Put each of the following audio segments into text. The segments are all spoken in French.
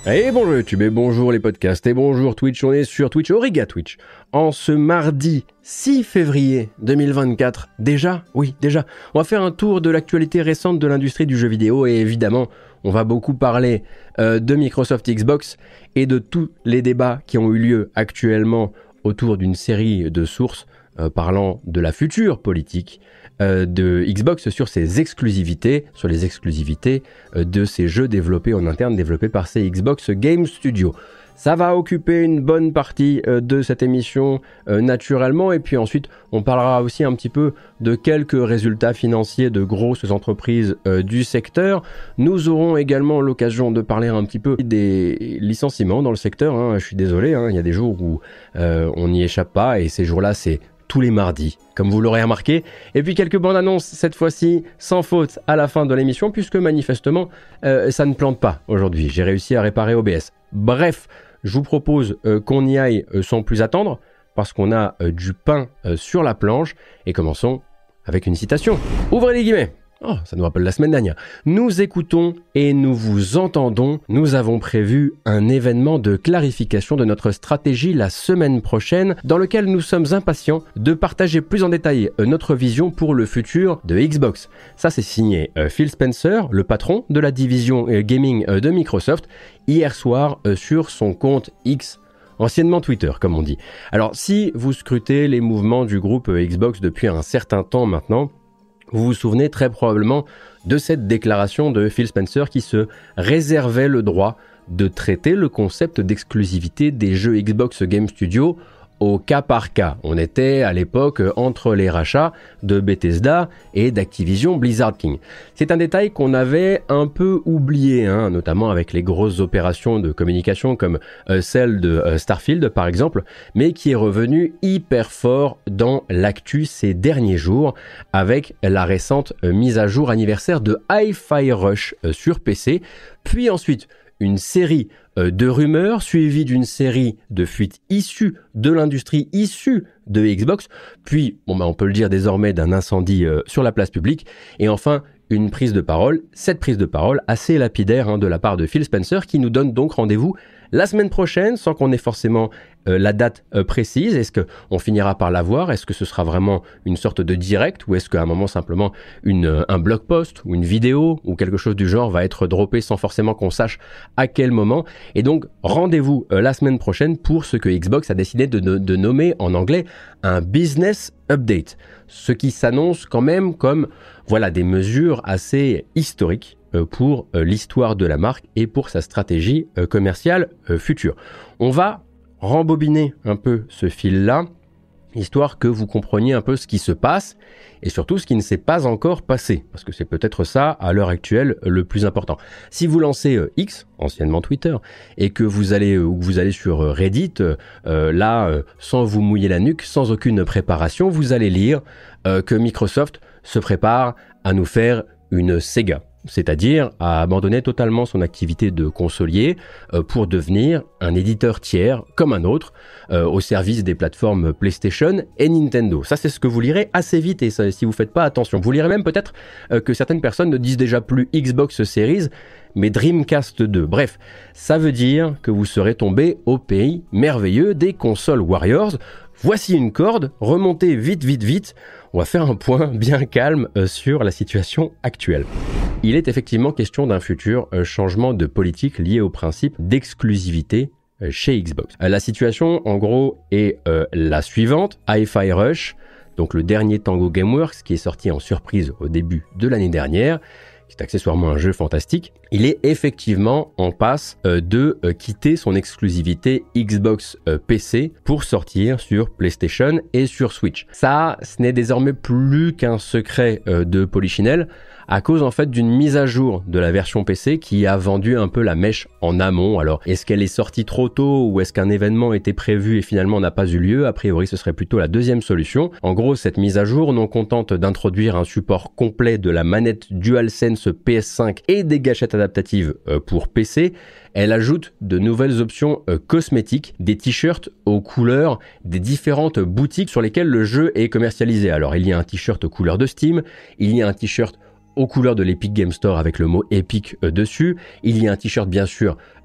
Et bonjour YouTube, et bonjour les podcasts, et bonjour Twitch, on est sur Twitch, Origa Twitch, en ce mardi 6 février 2024. Déjà, on va faire un tour de l'actualité récente de l'industrie du jeu vidéo, et évidemment, on va beaucoup parler de Microsoft Xbox, et de tous les débats qui ont eu lieu actuellement autour d'une série de sources parlant de la future politique de Xbox sur ses exclusivités, sur les exclusivités de ces jeux développés en interne, développés par ces Xbox Game Studios. Ça va occuper une bonne partie de cette émission naturellement, et puis ensuite on parlera aussi un petit peu de quelques résultats financiers de grosses entreprises du secteur. Nous aurons également l'occasion de parler un petit peu des licenciements dans le secteur, hein. Je suis désolé, hein, il y a des jours où on n'y échappe pas, et ces jours-là c'est tous les mardis, comme vous l'aurez remarqué. Et puis quelques bandes annonces, cette fois-ci, sans faute à la fin de l'émission, puisque manifestement, ça ne plante pas aujourd'hui. J'ai réussi à réparer OBS. Bref, je vous propose qu'on y aille sans plus attendre, parce qu'on a du pain sur la planche. Et commençons avec une citation. Ouvrez les guillemets. Oh, ça nous rappelle la semaine dernière. Nous écoutons et nous vous entendons. Nous avons prévu un événement de clarification de notre stratégie la semaine prochaine, dans lequel nous sommes impatients de partager plus en détail notre vision pour le futur de Xbox. Ça, c'est signé Phil Spencer, le patron de la division gaming de Microsoft, hier soir sur son compte X. Anciennement Twitter, comme on dit. Alors, si vous scrutez les mouvements du groupe Xbox depuis un certain temps maintenant, vous vous souvenez très probablement de cette déclaration de Phil Spencer qui se réservait le droit de traiter le concept d'exclusivité des jeux Xbox Game Studios au cas par cas. On était à l'époque entre les rachats de Bethesda et d'Activision Blizzard King. C'est un détail qu'on avait un peu oublié, hein, notamment avec les grosses opérations de communication comme celle de Starfield par exemple, mais qui est revenu hyper fort dans l'actu ces derniers jours avec la récente mise à jour anniversaire de Hi-Fi Rush sur PC, puis ensuite une série de rumeurs suivies d'une série de fuites issues de l'industrie, issues de Xbox, puis, on peut le dire désormais, d'un incendie sur la place publique, et enfin une prise de parole, cette prise de parole assez lapidaire de la part de Phil Spencer, qui nous donne donc rendez-vous la semaine prochaine, sans qu'on ait forcément la date précise. Est-ce qu'on finira par la voir? Est-ce que ce sera vraiment une sorte de direct, ou est-ce qu'à un moment simplement un blog post ou une vidéo ou quelque chose du genre va être droppé sans forcément qu'on sache à quel moment? Et donc rendez-vous la semaine prochaine pour ce que Xbox a décidé de nommer en anglais un business update, ce qui s'annonce quand même comme des mesures assez historiques pour l'histoire de la marque et pour sa stratégie commerciale future. On va rembobiner un peu ce fil-là, histoire que vous compreniez un peu ce qui se passe et surtout ce qui ne s'est pas encore passé, parce que c'est peut-être ça à l'heure actuelle le plus important. Si vous lancez X, anciennement Twitter, et que vous allez sur Reddit, sans vous mouiller la nuque, sans aucune préparation, vous allez lire que Microsoft se prépare à nous faire une Sega, c'est-à-dire à abandonner totalement son activité de consolier pour devenir un éditeur tiers comme un autre au service des plateformes PlayStation et Nintendo. Ça, c'est ce que vous lirez assez vite, et ça, si vous faites pas attention. Vous lirez même peut-être que certaines personnes ne disent déjà plus Xbox Series, mais Dreamcast 2. Bref, ça veut dire que vous serez tombé au pays merveilleux des consoles Warriors. Voici une corde, remontez vite. On va faire un point bien calme sur la situation actuelle. Il est effectivement question d'un futur changement de politique lié au principe d'exclusivité chez Xbox. La situation, en gros, est la suivante. Hi-Fi Rush, donc le dernier Tango Gameworks, qui est sorti en surprise au début de l'année dernière, qui est accessoirement un jeu fantastique, il est effectivement en passe de quitter son exclusivité Xbox PC pour sortir sur PlayStation et sur Switch. Ça, ce n'est désormais plus qu'un secret de Polichinelle, à cause en fait d'une mise à jour de la version PC qui a vendu un peu la mèche en amont. Alors, est-ce qu'elle est sortie trop tôt ou est-ce qu'un événement était prévu et finalement n'a pas eu lieu? A priori, ce serait plutôt la deuxième solution. En gros, cette mise à jour, non contente d'introduire un support complet de la manette DualSense PS5 et des gâchettes adaptatives pour PC, elle ajoute de nouvelles options cosmétiques, des t-shirts aux couleurs des différentes boutiques sur lesquelles le jeu est commercialisé. Alors, il y a un t-shirt aux couleurs de Steam, il y a un t-shirt aux couleurs de l'Epic Game Store avec le mot Epic dessus. Il y a un t-shirt bien sûr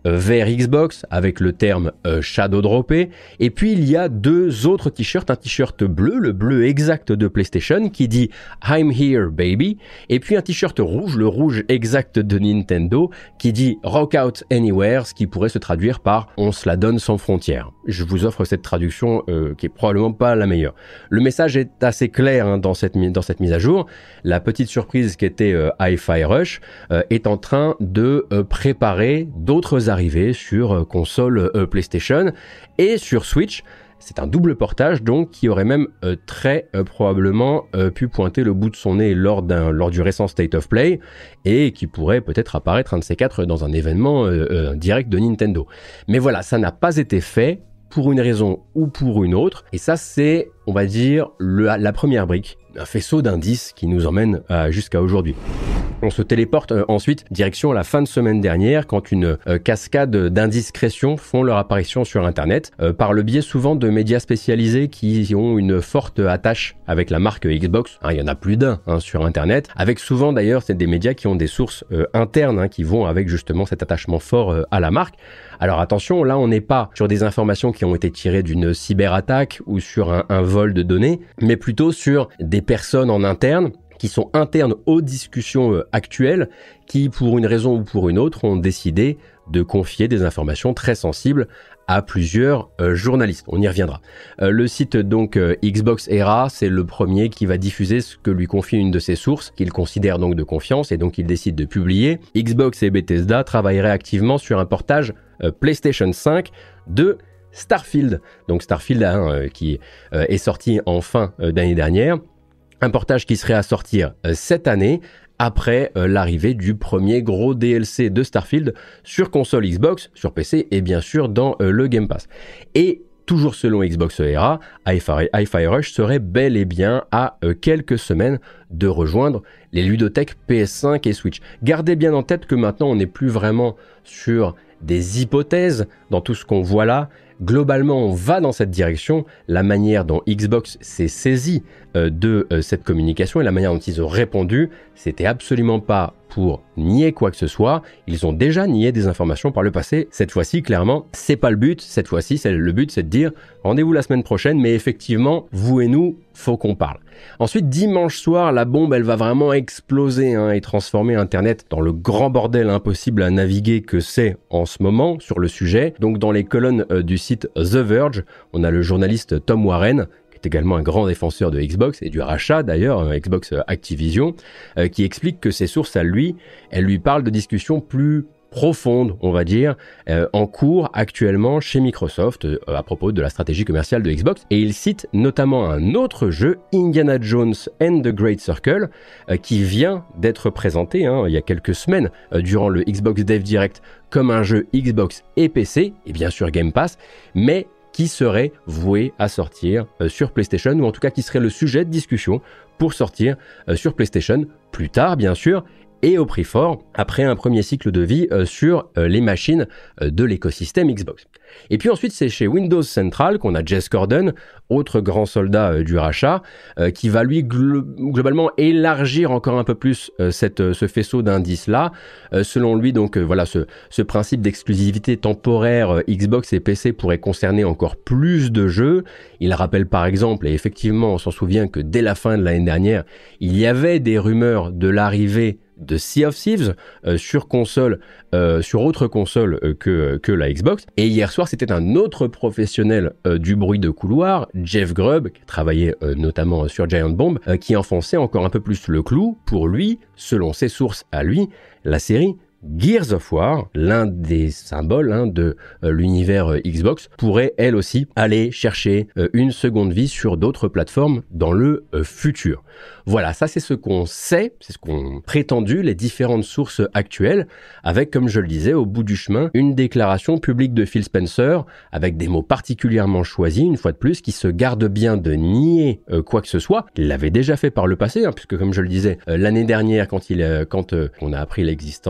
vers Xbox avec le terme Shadow droppé. Et puis il y a 2 autres t-shirts, un t-shirt bleu, le bleu exact de PlayStation qui dit I'm here baby, et puis un t-shirt rouge, le rouge exact de Nintendo qui dit Rock Out Anywhere, ce qui pourrait se traduire par on se la donne sans frontières. Je vous offre cette traduction qui est probablement pas la meilleure. Le message est assez clair dans cette mise à jour. La petite surprise qui était Hi-Fi Rush est en train de préparer d'autres arrivées sur console PlayStation et sur Switch. C'est un double portage donc qui aurait même très probablement pu pointer le bout de son nez lors du récent State of Play et qui pourrait peut-être apparaître un de ces 4 dans un événement direct de Nintendo. Mais voilà, ça n'a pas été fait pour une raison ou pour une autre, et ça c'est, on va dire, la première brique, un faisceau d'indices qui nous emmène jusqu'à aujourd'hui. On se téléporte ensuite direction la fin de semaine dernière quand une cascade d'indiscrétions font leur apparition sur Internet par le biais souvent de médias spécialisés qui ont une forte attache avec la marque Xbox. Il y en a plus d'un sur Internet, avec souvent d'ailleurs c'est des médias qui ont des sources internes qui vont avec justement cet attachement fort à la marque. Alors attention, là on n'est pas sur des informations qui ont été tirées d'une cyberattaque ou sur un vol de données, mais plutôt sur des personnes en interne qui sont internes aux discussions actuelles, qui pour une raison ou pour une autre ont décidé de confier des informations très sensibles à plusieurs journalistes. On y reviendra. Le site donc Xbox Era, c'est le premier qui va diffuser ce que lui confie une de ses sources, qu'il considère donc de confiance et donc il décide de publier. Xbox et Bethesda travailleraient activement sur un portage PlayStation 5 de Starfield. Donc Starfield qui est sorti en fin d'année dernière. Un portage qui serait à sortir cette année après l'arrivée du premier gros DLC de Starfield sur console Xbox, sur PC et bien sûr dans le Game Pass. Et toujours selon Xbox Era, Hi-Fi Rush serait bel et bien à quelques semaines de rejoindre les ludothèques PS5 et Switch. Gardez bien en tête que maintenant on n'est plus vraiment sur des hypothèses dans tout ce qu'on voit là. Globalement, on va dans cette direction. La manière dont Xbox s'est saisie de cette communication et la manière dont ils ont répondu, c'était absolument pas pour nier quoi que ce soit. Ils ont déjà nié des informations par le passé. Cette fois-ci, clairement, c'est pas le but. Cette fois-ci, le but, c'est de dire rendez-vous la semaine prochaine, mais effectivement, vous et nous, faut qu'on parle. Ensuite, dimanche soir, la bombe, elle va vraiment exploser et transformer Internet dans le grand bordel impossible à naviguer que c'est en ce moment sur le sujet. Donc, dans les colonnes du site The Verge, on a le journaliste Tom Warren, qui est également un grand défenseur de Xbox et du rachat d'ailleurs, Xbox Activision, qui explique que ses sources à lui, elles lui parlent de discussions plus profonde, on va dire, en cours actuellement chez Microsoft à propos de la stratégie commerciale de Xbox. Et il cite notamment un autre jeu, Indiana Jones and the Great Circle, qui vient d'être présenté il y a quelques semaines durant le Xbox Dev Direct comme un jeu Xbox et PC, et bien sûr Game Pass, mais qui serait voué à sortir sur PlayStation, ou en tout cas qui serait le sujet de discussion pour sortir sur PlayStation plus tard, bien sûr, et au prix fort, après un premier cycle de vie sur les machines de l'écosystème Xbox. Et puis ensuite, c'est chez Windows Central qu'on a Jez Corden, autre grand soldat du rachat, qui va lui globalement élargir encore un peu plus ce faisceau d'indices-là. Selon lui, donc voilà, ce principe d'exclusivité temporaire Xbox et PC pourrait concerner encore plus de jeux. Il rappelle par exemple, et effectivement on s'en souvient que dès la fin de l'année dernière, il y avait des rumeurs de l'arrivée de Sea of Thieves sur console, sur autre console que la Xbox. Et hier soir, c'était un autre professionnel du bruit de couloir, Jeff Grubb, qui travaillait notamment sur Giant Bomb, qui enfonçait encore un peu plus le clou. Pour lui, selon ses sources à lui, la série Gears of War, l'un des symboles de l'univers Xbox, pourrait elle aussi aller chercher une seconde vie sur d'autres plateformes dans le futur. Voilà, ça c'est ce qu'on sait, c'est ce qu'ont prétendu les différentes sources actuelles, avec, comme je le disais, au bout du chemin, une déclaration publique de Phil Spencer, avec des mots particulièrement choisis, une fois de plus, qui se garde bien de nier quoi que ce soit. Il l'avait déjà fait par le passé, puisque comme je le disais, l'année dernière, quand on a appris l'existence d'un projet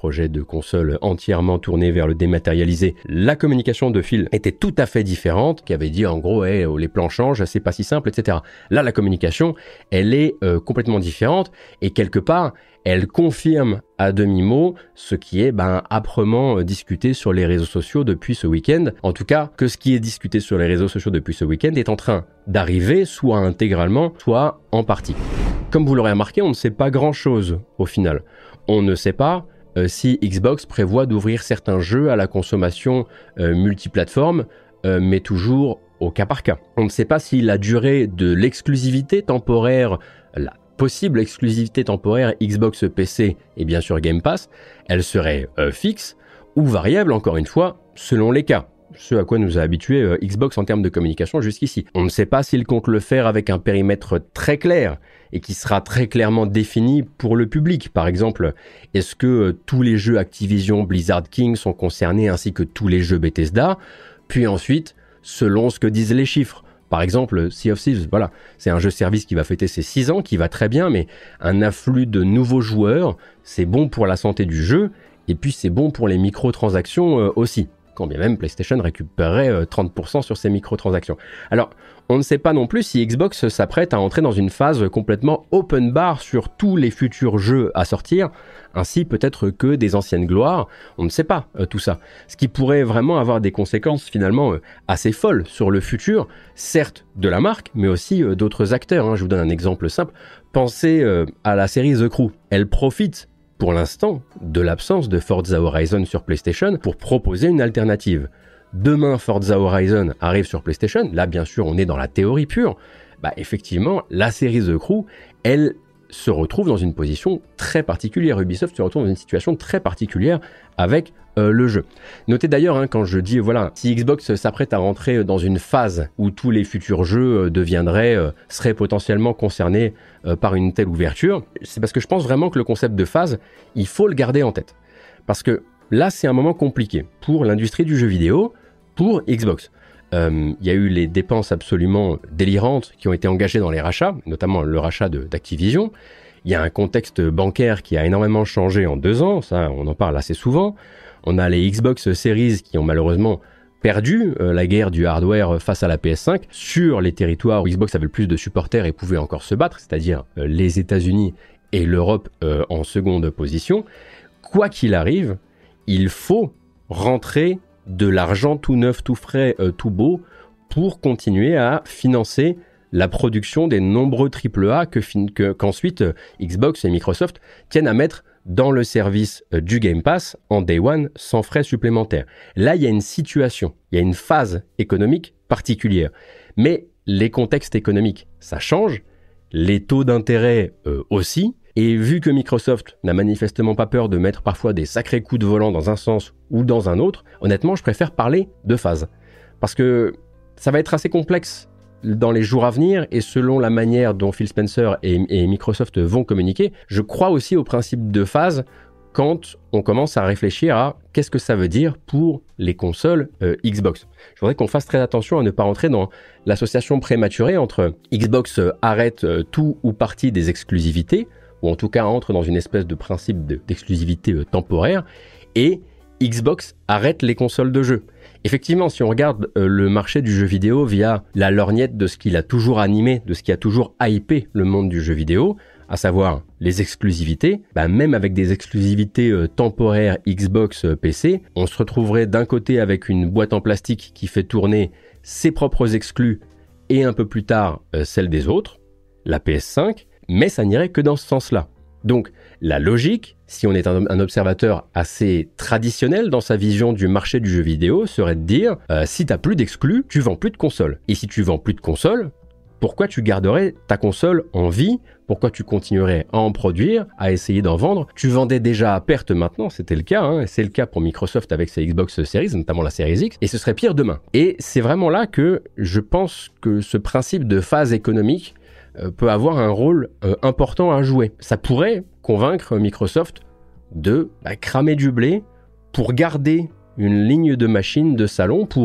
projet de console entièrement tourné vers le dématérialisé, la communication de Phil était tout à fait différente, qui avait dit en gros hey, les plans changent, c'est pas si simple, etc. Là, la communication, elle est complètement différente et quelque part, elle confirme à demi-mot ce qui est âprement discuté sur les réseaux sociaux depuis ce week-end. En tout cas, que ce qui est discuté sur les réseaux sociaux depuis ce week-end est en train d'arriver, soit intégralement, soit en partie. Comme vous l'aurez remarqué, on ne sait pas grand-chose au final. On ne sait pas si Xbox prévoit d'ouvrir certains jeux à la consommation multiplateforme, mais toujours au cas par cas. On ne sait pas si la durée de l'exclusivité temporaire, la possible exclusivité temporaire Xbox PC et bien sûr Game Pass, elle serait fixe ou variable, encore une fois, selon les cas. Ce à quoi nous a habitué Xbox en termes de communication jusqu'ici. On ne sait pas s'il compte le faire avec un périmètre très clair et qui sera très clairement défini pour le public. Par exemple, est-ce que tous les jeux Activision Blizzard King sont concernés ainsi que tous les jeux Bethesda? Puis ensuite, selon ce que disent les chiffres. Par exemple, Sea of Thieves, voilà, c'est un jeu service qui va fêter ses 6 ans, qui va très bien, mais un afflux de nouveaux joueurs, c'est bon pour la santé du jeu, et puis c'est bon pour les microtransactions aussi. Quand bien même PlayStation récupérerait 30% sur ces microtransactions. Alors, on ne sait pas non plus si Xbox s'apprête à entrer dans une phase complètement open bar sur tous les futurs jeux à sortir, ainsi peut-être que des anciennes gloires, on ne sait pas tout ça. Ce qui pourrait vraiment avoir des conséquences finalement assez folles sur le futur, certes de la marque, mais aussi d'autres acteurs. Je vous donne un exemple simple. Pensez à la série The Crew. Elle profite pour l'instant, de l'absence de Forza Horizon sur PlayStation pour proposer une alternative. Demain, Forza Horizon arrive sur PlayStation, là bien sûr on est dans la théorie pure, effectivement la série The Crew, elle se retrouve dans une position très particulière. Ubisoft se retrouve dans une situation très particulière avec le jeu. Notez d'ailleurs, quand je dis, voilà, si Xbox s'apprête à rentrer dans une phase où tous les futurs jeux seraient potentiellement concernés par une telle ouverture, c'est parce que je pense vraiment que le concept de phase, il faut le garder en tête. Parce que là, c'est un moment compliqué pour l'industrie du jeu vidéo, pour Xbox. Il y a eu les dépenses absolument délirantes qui ont été engagées dans les rachats, notamment le rachat d'Activision. Il y a un contexte bancaire qui a énormément changé en 2 ans, ça on en parle assez souvent. On a les Xbox Series qui ont malheureusement perdu la guerre du hardware face à la PS5 sur les territoires où Xbox avait le plus de supporters et pouvait encore se battre, c'est-à-dire les États-Unis et l'Europe en seconde position. Quoi qu'il arrive, il faut rentrer de l'argent tout neuf, tout frais, tout beau pour continuer à financer la production des nombreux AAA qu'ensuite Xbox et Microsoft tiennent à mettre dans le service du Game Pass en Day One sans frais supplémentaires. Là, il y a une situation, il y a une phase économique particulière. Mais les contextes économiques, ça change, les taux d'intérêt aussi. Et vu que Microsoft n'a manifestement pas peur de mettre parfois des sacrés coups de volant dans un sens ou dans un autre, honnêtement, je préfère parler de phase. Parce que ça va être assez complexe dans les jours à venir et selon la manière dont Phil Spencer et Microsoft vont communiquer, je crois aussi au principe de phase quand on commence à réfléchir à qu'est-ce que ça veut dire pour les consoles Xbox. Je voudrais qu'on fasse très attention à ne pas rentrer dans l'association prématurée entre Xbox arrête tout ou partie des exclusivités, ou en tout cas entre dans une espèce de principe d'exclusivité temporaire, et Xbox arrête les consoles de jeu. Effectivement, si on regarde le marché du jeu vidéo via la lorgnette de ce qu'il a toujours animé, de ce qui a toujours hypé le monde du jeu vidéo, à savoir les exclusivités, même avec des exclusivités temporaires Xbox PC, on se retrouverait d'un côté avec une boîte en plastique qui fait tourner ses propres exclus et un peu plus tard celle des autres, la PS5, mais ça n'irait que dans ce sens-là. Donc, la logique, si on est un observateur assez traditionnel dans sa vision du marché du jeu vidéo, serait de dire, si tu n'as plus d'exclus, tu vends plus de consoles. Et si tu vends plus de consoles, pourquoi tu garderais ta console en vie? Pourquoi tu continuerais à en produire, à essayer d'en vendre? Tu vendais déjà à perte maintenant, c'était le cas, c'est le cas pour Microsoft avec ses Xbox Series, notamment la Series X, et ce serait pire demain. Et c'est vraiment là que je pense que ce principe de phase économique peut avoir un rôle important à jouer. Ça pourrait convaincre Microsoft de cramer du blé pour garder une ligne de machines de salon, pour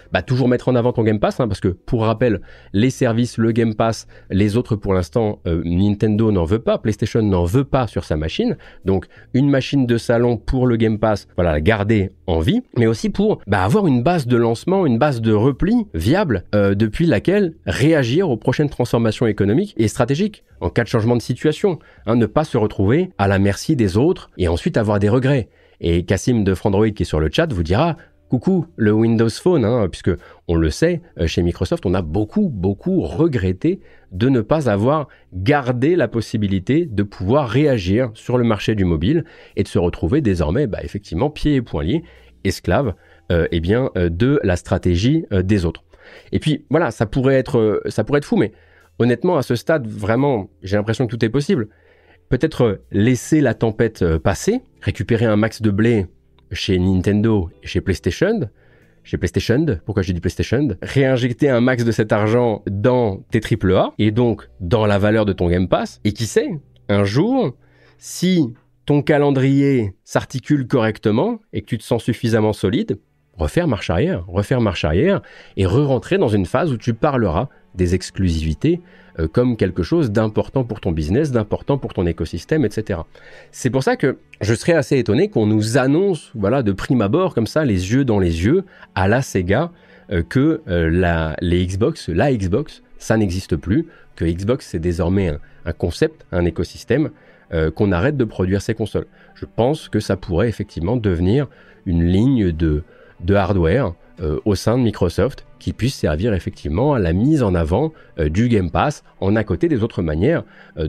toujours mettre en avant ton Game Pass, parce que pour rappel, les services, le Game Pass, les autres pour l'instant, Nintendo n'en veut pas, PlayStation n'en veut pas sur sa machine. Donc une machine de salon pour le Game Pass, voilà, la garder en vie, mais aussi pour avoir une base de lancement, une base de repli viable depuis laquelle réagir aux prochaines transformations économiques et stratégiques en cas de changement de situation, ne pas se retrouver à la merci des autres et ensuite avoir des regrets. Et Cassim de Frandroid qui est sur le chat vous dira coucou le Windows Phone, puisque on le sait, chez Microsoft, on a beaucoup regretté de ne pas avoir gardé la possibilité de pouvoir réagir sur le marché du mobile et de se retrouver désormais, effectivement, pieds et poings liés, esclaves, de la stratégie des autres. Et puis, voilà, ça pourrait être fou, mais honnêtement, à ce stade, vraiment, j'ai l'impression que tout est possible. Peut-être laisser la tempête passer, récupérer un max de blé chez Nintendo et chez PlayStation, pourquoi j'ai dit PlayStation, réinjecter un max de cet argent dans tes AAA et donc dans la valeur de ton Game Pass. Et qui sait, un jour, si ton calendrier s'articule correctement et que tu te sens suffisamment solide, refaire marche arrière et re-rentrer dans une phase où tu parleras des exclusivités comme quelque chose d'important pour ton business, d'important pour ton écosystème, etc. C'est pour ça que je serais assez étonné qu'on nous annonce, de prime abord, comme ça, les yeux dans les yeux, à la Sega, que la Xbox, ça n'existe plus, que Xbox, c'est désormais un concept, un écosystème, qu'on arrête de produire ces consoles. Je pense que ça pourrait effectivement devenir une ligne de hardware au sein de Microsoft qui puisse servir effectivement à la mise en avant du Game Pass en à côté des autres manières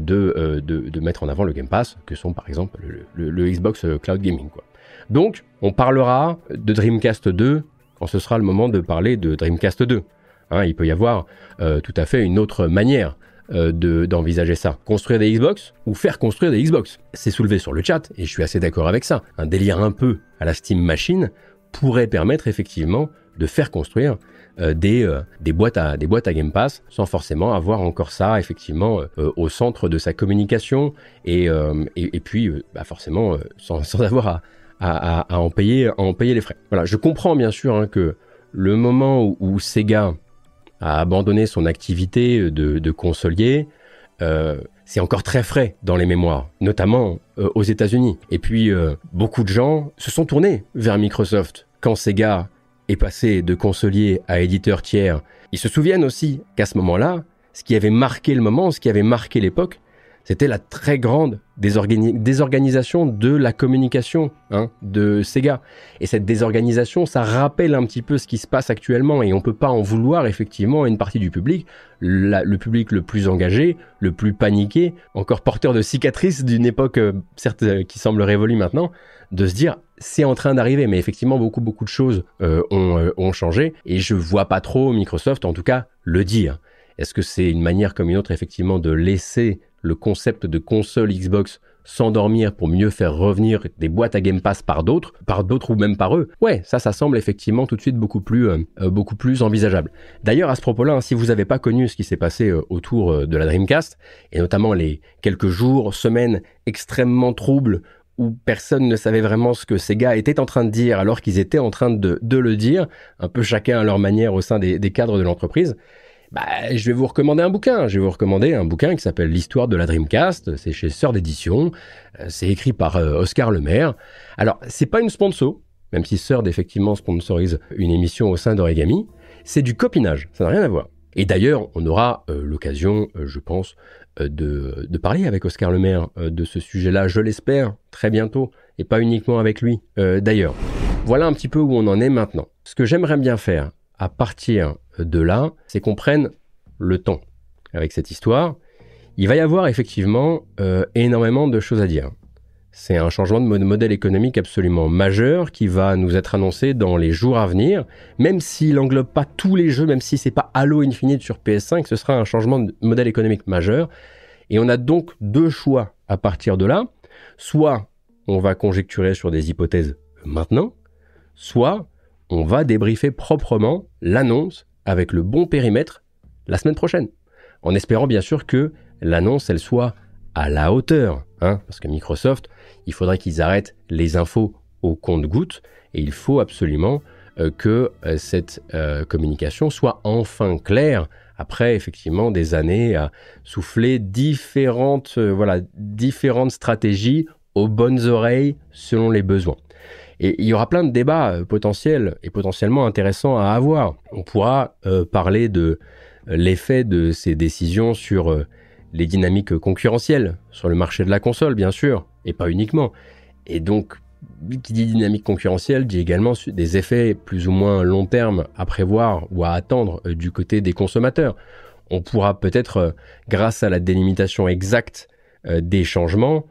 de mettre en avant le Game Pass que sont par exemple le Xbox Cloud Gaming, quoi. Donc on parlera de Dreamcast 2 quand ce sera le moment de parler de Dreamcast 2. Il peut y avoir tout à fait une autre manière d'envisager ça. Construire des Xbox ou faire construire des Xbox. C'est soulevé sur le chat et je suis assez d'accord avec ça. Un délire un peu à la Steam Machine pourrait permettre effectivement de faire construire des boîtes à Game Pass sans forcément avoir encore ça effectivement au centre de sa communication et puis forcément sans avoir à en payer les frais. Voilà, je comprends bien sûr que le moment où Sega a abandonné son activité de consolier, c'est encore très frais dans les mémoires, notamment aux États-Unis. Et puis, beaucoup de gens se sont tournés vers Microsoft quand Sega est passé de consolier à éditeur tiers. Ils se souviennent aussi qu'à ce moment-là, ce qui avait marqué le moment, ce qui avait marqué l'époque, c'était la très grande désorganisation de la communication de Sega. Et cette désorganisation, ça rappelle un petit peu ce qui se passe actuellement et on ne peut pas en vouloir effectivement à une partie du public, le public le plus engagé, le plus paniqué, encore porteur de cicatrices d'une époque certes qui semble révolue maintenant, de se dire c'est en train d'arriver. Mais effectivement, beaucoup de choses ont changé et je vois pas trop Microsoft en tout cas le dire. Est-ce que c'est une manière comme une autre effectivement de laisser le concept de console Xbox s'endormir pour mieux faire revenir des boîtes à Game Pass par d'autres ou même par eux? Ouais, ça semble effectivement tout de suite beaucoup plus envisageable. D'ailleurs, à ce propos-là, si vous n'avez pas connu ce qui s'est passé autour de la Dreamcast, et notamment les quelques jours, semaines extrêmement troubles où personne ne savait vraiment ce que Sega était en train de dire alors qu'ils étaient en train de le dire, un peu chacun à leur manière au sein des cadres de l'entreprise, je vais vous recommander un bouquin. Je vais vous recommander un bouquin qui s'appelle L'histoire de la Dreamcast. C'est chez Sœur d'édition. C'est écrit par Oscar Lemaire. Alors, c'est pas une sponsor, même si Sœur effectivement sponsorise une émission au sein d'Origami. C'est du copinage. Ça n'a rien à voir. Et d'ailleurs, on aura l'occasion, je pense, de parler avec Oscar Lemaire de ce sujet-là, je l'espère, très bientôt, et pas uniquement avec lui d'ailleurs. Voilà un petit peu où on en est maintenant. Ce que j'aimerais bien faire, à partir de là, c'est qu'on prenne le temps avec cette histoire. Il va y avoir effectivement énormément de choses à dire. C'est un changement de modèle économique absolument majeur qui va nous être annoncé dans les jours à venir. Même s'il n'englobe pas tous les jeux, même si c'est pas Halo Infinite sur PS5, ce sera un changement de modèle économique majeur. Et on a donc deux choix à partir de là. Soit on va conjecturer sur des hypothèses maintenant, soit on va débriefer proprement l'annonce avec le bon périmètre la semaine prochaine. En espérant bien sûr que l'annonce, elle soit à la hauteur. Parce que Microsoft, il faudrait qu'ils arrêtent les infos au compte-gouttes et il faut absolument que cette communication soit enfin claire après effectivement des années à souffler différentes stratégies aux bonnes oreilles selon les besoins. Et il y aura plein de débats potentiels et potentiellement intéressants à avoir. On pourra parler de l'effet de ces décisions sur les dynamiques concurrentielles, sur le marché de la console bien sûr, et pas uniquement. Et donc, qui dit dynamique concurrentielle dit également des effets plus ou moins long terme à prévoir ou à attendre du côté des consommateurs. On pourra peut-être, grâce à la délimitation exacte des changements,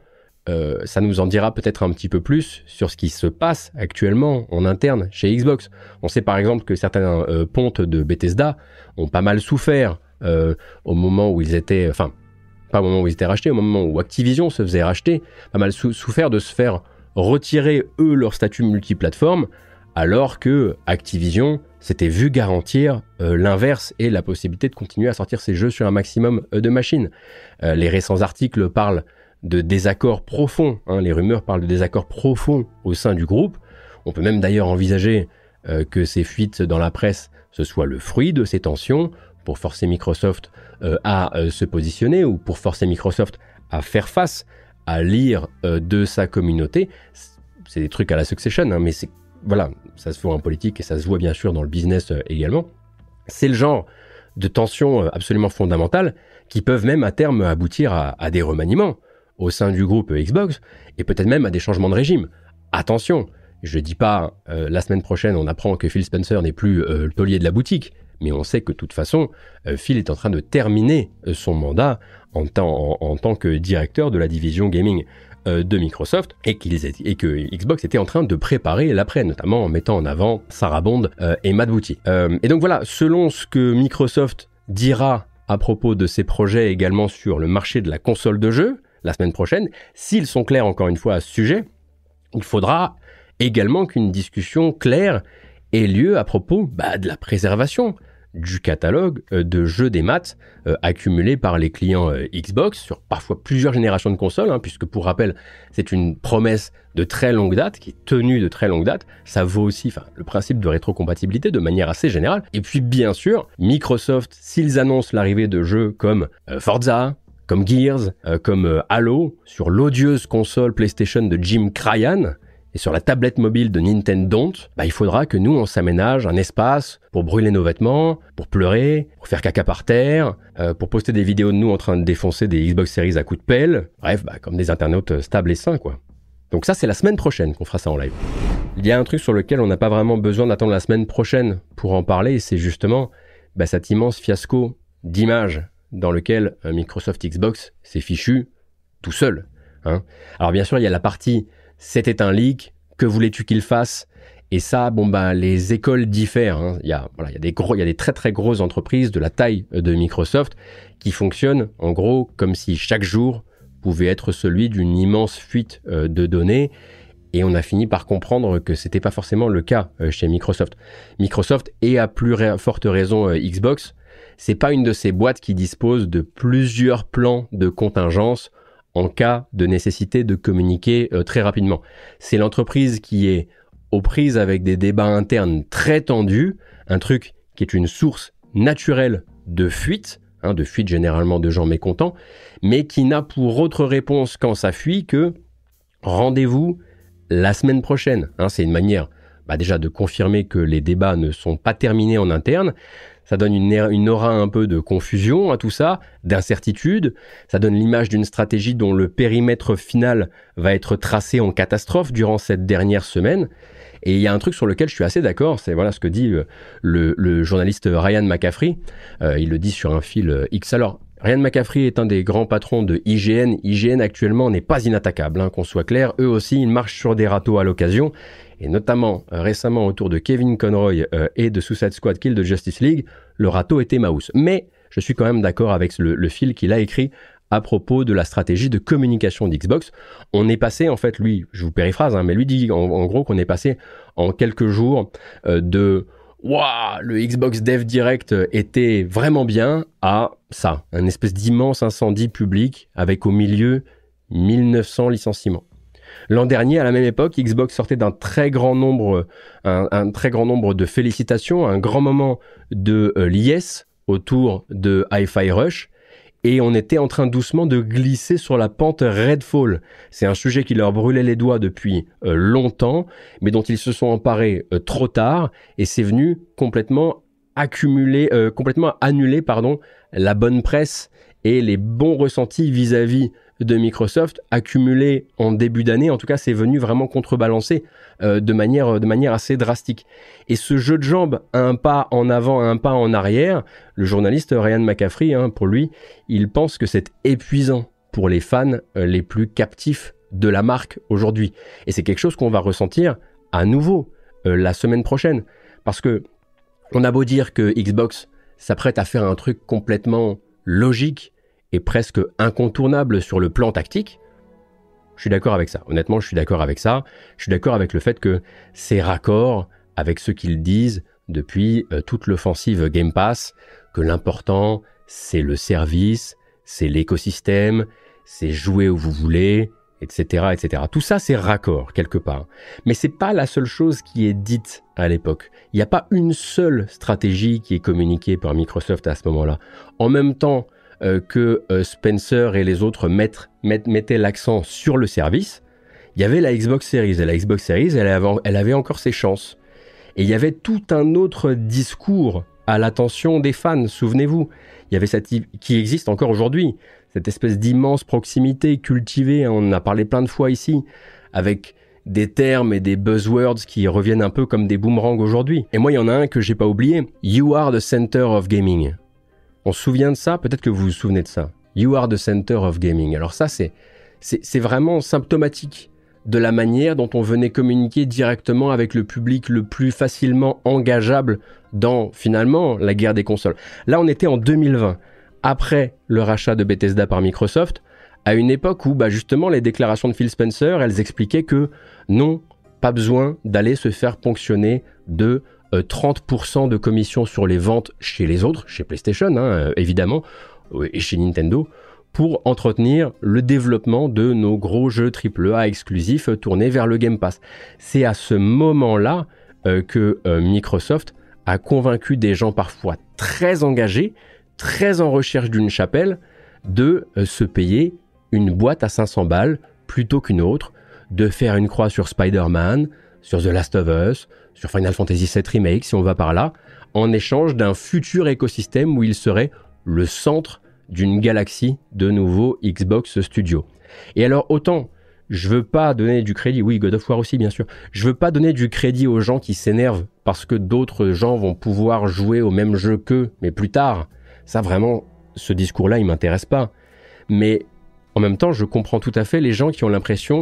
ça nous en dira peut-être un petit peu plus sur ce qui se passe actuellement en interne chez Xbox. On sait par exemple que certains pontes de Bethesda ont pas mal souffert au moment où ils étaient... Enfin, pas au moment où ils étaient rachetés, au moment où Activision se faisait racheter, pas mal souffert de se faire retirer, eux, leur statut multiplateforme, alors que Activision s'était vu garantir l'inverse et la possibilité de continuer à sortir ses jeux sur un maximum de machines. Les récents articles parlent de désaccords profonds, les rumeurs parlent de désaccords profonds au sein du groupe. On peut même d'ailleurs envisager que ces fuites dans la presse, ce soit le fruit de ces tensions pour forcer Microsoft à se positionner ou pour forcer Microsoft à faire face à lire de sa communauté. C'est des trucs à la Succession, mais c'est, voilà, ça se voit en politique et ça se voit bien sûr dans le business également. C'est le genre de tensions absolument fondamentales qui peuvent même à terme aboutir à des remaniements au sein du groupe Xbox et peut-être même à des changements de régime. Attention, je dis pas la semaine prochaine on apprend que Phil Spencer n'est plus le taulier de la boutique, mais on sait que de toute façon Phil est en train de terminer son mandat en tant que directeur de la division gaming de Microsoft et que Xbox était en train de préparer l'après, notamment en mettant en avant Sarah Bond et Matt Booty. Et donc voilà, selon ce que Microsoft dira à propos de ses projets également sur le marché de la console de jeu la semaine prochaine, s'ils sont clairs encore une fois à ce sujet, il faudra également qu'une discussion claire ait lieu à propos de la préservation du catalogue de jeux des maths accumulés par les clients Xbox sur parfois plusieurs générations de consoles, puisque pour rappel, c'est une promesse de très longue date, qui est tenue de très longue date. Ça vaut aussi le principe de rétrocompatibilité de manière assez générale. Et puis bien sûr, Microsoft, s'ils annoncent l'arrivée de jeux comme Forza, comme Gears, comme Halo, sur l'odieuse console PlayStation de Jim Ryan, et sur la tablette mobile de Nintendo, il faudra que nous, on s'aménage un espace pour brûler nos vêtements, pour pleurer, pour faire caca par terre, pour poster des vidéos de nous en train de défoncer des Xbox Series à coups de pelle. Bref, comme des internautes stables et sains, quoi. Donc ça, c'est la semaine prochaine qu'on fera ça en live. Il y a un truc sur lequel on n'a pas vraiment besoin d'attendre la semaine prochaine pour en parler, et c'est justement cet immense fiasco d'image dans lequel Microsoft Xbox s'est fichu tout seul. Alors bien sûr, il y a la partie « c'était un leak, que voulais-tu qu'il fasse ?» Et ça, les écoles diffèrent. Il y a des très très grosses entreprises de la taille de Microsoft qui fonctionnent en gros comme si chaque jour pouvait être celui d'une immense fuite de données. Et on a fini par comprendre que c'était pas forcément le cas chez Microsoft. Microsoft, et à plus forte raison Xbox, c'est pas une de ces boîtes qui dispose de plusieurs plans de contingence en cas de nécessité de communiquer très rapidement. C'est l'entreprise qui est aux prises avec des débats internes très tendus, un truc qui est une source naturelle de fuite généralement de gens mécontents, mais qui n'a pour autre réponse quand ça fuit que rendez-vous la semaine prochaine. C'est une manière déjà de confirmer que les débats ne sont pas terminés en interne. Ça donne une aura un peu de confusion à tout ça, d'incertitude. Ça donne l'image d'une stratégie dont le périmètre final va être tracé en catastrophe durant cette dernière semaine. Et il y a un truc sur lequel je suis assez d'accord, c'est ce que dit le journaliste Ryan McCaffrey. Il le dit sur un fil X. Alors, Ryan McCaffrey est un des grands patrons de IGN. IGN actuellement n'est pas inattaquable, qu'on soit clair. Eux aussi, ils marchent sur des râteaux à l'occasion. Et notamment récemment autour de Kevin Conroy et de Suicide Squad Kill de Justice League, le râteau était Mouse. Mais je suis quand même d'accord avec le fil qu'il a écrit à propos de la stratégie de communication d'Xbox. On est passé, en fait, lui, je vous périphrase, mais lui dit en gros qu'on est passé en quelques jours de « Waouh, le Xbox Dev Direct était vraiment bien » à ça, un espèce d'immense incendie public avec au milieu 1900 licenciements. L'an dernier, à la même époque, Xbox sortait d'un très grand nombre, un très grand nombre de félicitations, un grand moment de liesse autour de Hi-Fi Rush, et on était en train doucement de glisser sur la pente Redfall. C'est un sujet qui leur brûlait les doigts depuis longtemps, mais dont ils se sont emparés trop tard, et c'est venu complètement annuler la bonne presse et les bons ressentis vis-à-vis de Microsoft accumulés en début d'année. En tout cas, c'est venu vraiment contrebalancer de manière assez drastique. Et ce jeu de jambes, un pas en avant, un pas en arrière, le journaliste Ryan McCaffrey, pour lui, il pense que c'est épuisant pour les fans les plus captifs de la marque aujourd'hui. Et c'est quelque chose qu'on va ressentir à nouveau la semaine prochaine. Parce que on a beau dire que Xbox s'apprête à faire un truc complètement logique et presque incontournable sur le plan tactique, je suis d'accord avec ça. Honnêtement, je suis d'accord avec ça. Je suis d'accord avec le fait que c'est raccord avec ce qu'ils disent depuis toute l'offensive Game Pass, que l'important, c'est le service, c'est l'écosystème, c'est jouer où vous voulez, etc., etc. Tout ça, c'est raccord, quelque part. Mais c'est pas la seule chose qui est dite à l'époque. Il n'y a pas une seule stratégie qui est communiquée par Microsoft à ce moment-là. En même temps que Spencer et les autres mettaient l'accent sur le service, il y avait la Xbox Series. Et la Xbox Series, elle avait encore ses chances. Et il y avait tout un autre discours à l'attention des fans, souvenez-vous. Il y avait qui existe encore aujourd'hui, cette espèce d'immense proximité cultivée, on en a parlé plein de fois ici, avec des termes et des buzzwords qui reviennent un peu comme des boomerangs aujourd'hui. Et moi, il y en a un que j'ai pas oublié. You are the center of gaming. On se souvient de ça? Peut-être que vous vous souvenez de ça. You are the center of gaming. Alors ça, c'est vraiment symptomatique de la manière dont on venait communiquer directement avec le public le plus facilement engageable dans, finalement, la guerre des consoles. Là, on était en 2020, après le rachat de Bethesda par Microsoft, à une époque où, justement, les déclarations de Phil Spencer, elles expliquaient que non, pas besoin d'aller se faire ponctionner de 30% de commission sur les ventes chez les autres, chez PlayStation, évidemment, et chez Nintendo, pour entretenir le développement de nos gros jeux AAA exclusifs tournés vers le Game Pass. C'est à ce moment-là que Microsoft a convaincu des gens parfois très engagés, très en recherche d'une chapelle, de se payer une boîte à 500 balles plutôt qu'une autre, de faire une croix sur Spider-Man, sur The Last of Us, sur Final Fantasy VII Remake, si on va par là, en échange d'un futur écosystème où il serait le centre d'une galaxie de nouveaux Xbox Studios. Et alors, autant, je veux pas donner du crédit, oui, God of War aussi, bien sûr, je veux pas donner du crédit aux gens qui s'énervent parce que d'autres gens vont pouvoir jouer au même jeu qu'eux, mais plus tard. Ça, vraiment, ce discours-là, il m'intéresse pas. Mais en même temps, je comprends tout à fait les gens qui ont l'impression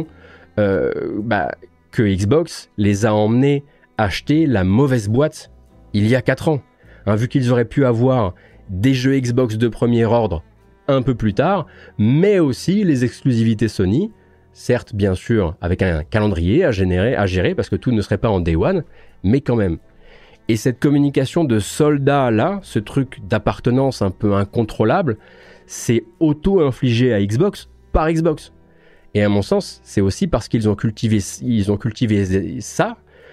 que Xbox les a emmenés acheter la mauvaise boîte il y a 4 ans. Vu qu'ils auraient pu avoir des jeux Xbox de premier ordre un peu plus tard, mais aussi les exclusivités Sony, certes bien sûr avec un calendrier à gérer parce que tout ne serait pas en Day One, mais quand même. Et cette communication de soldats là, ce truc d'appartenance un peu incontrôlable, c'est auto-infligé à Xbox par Xbox. Et à mon sens, c'est aussi parce qu'ils ont cultivé ça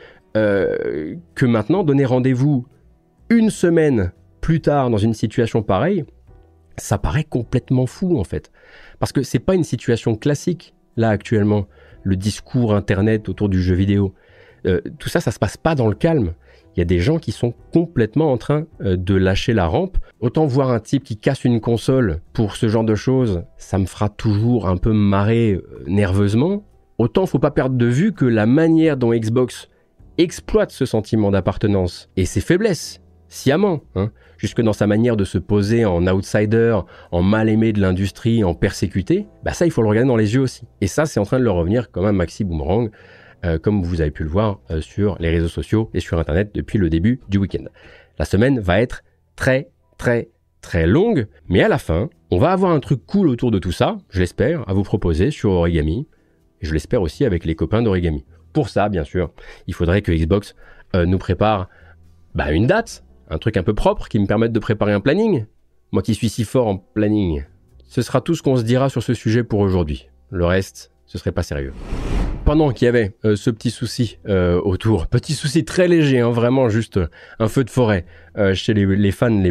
que maintenant donner rendez-vous une semaine plus tard dans une situation pareille, ça paraît complètement fou en fait. Parce que c'est pas une situation classique là actuellement, le discours internet autour du jeu vidéo. Tout ça, ça se passe pas dans le calme. Il y a des gens qui sont complètement en train de lâcher la rampe. Autant voir un type qui casse une console pour ce genre de choses, ça me fera toujours un peu marrer nerveusement. Autant faut pas perdre de vue que la manière dont Xbox exploite ce sentiment d'appartenance et ses faiblesses, sciemment, jusque dans sa manière de se poser en outsider, en mal-aimé de l'industrie, en persécuté, ça il faut le regarder dans les yeux aussi. Et ça c'est en train de leur revenir comme un maxi boomerang, comme vous avez pu le voir sur les réseaux sociaux et sur internet depuis le début du week-end. La semaine va être très très très longue, mais à la fin, on va avoir un truc cool autour de tout ça, je l'espère, à vous proposer sur Origami, et je l'espère aussi avec les copains d'Origami. Pour ça, bien sûr, il faudrait que Xbox nous prépare une date, un truc un peu propre qui me permette de préparer un planning. Moi qui suis si fort en planning. Ce sera tout ce qu'on se dira sur ce sujet pour aujourd'hui. Le reste, ce serait pas sérieux. pendant qu'il y avait ce petit souci autour, petit souci très léger, hein, vraiment juste un feu de forêt chez les fans les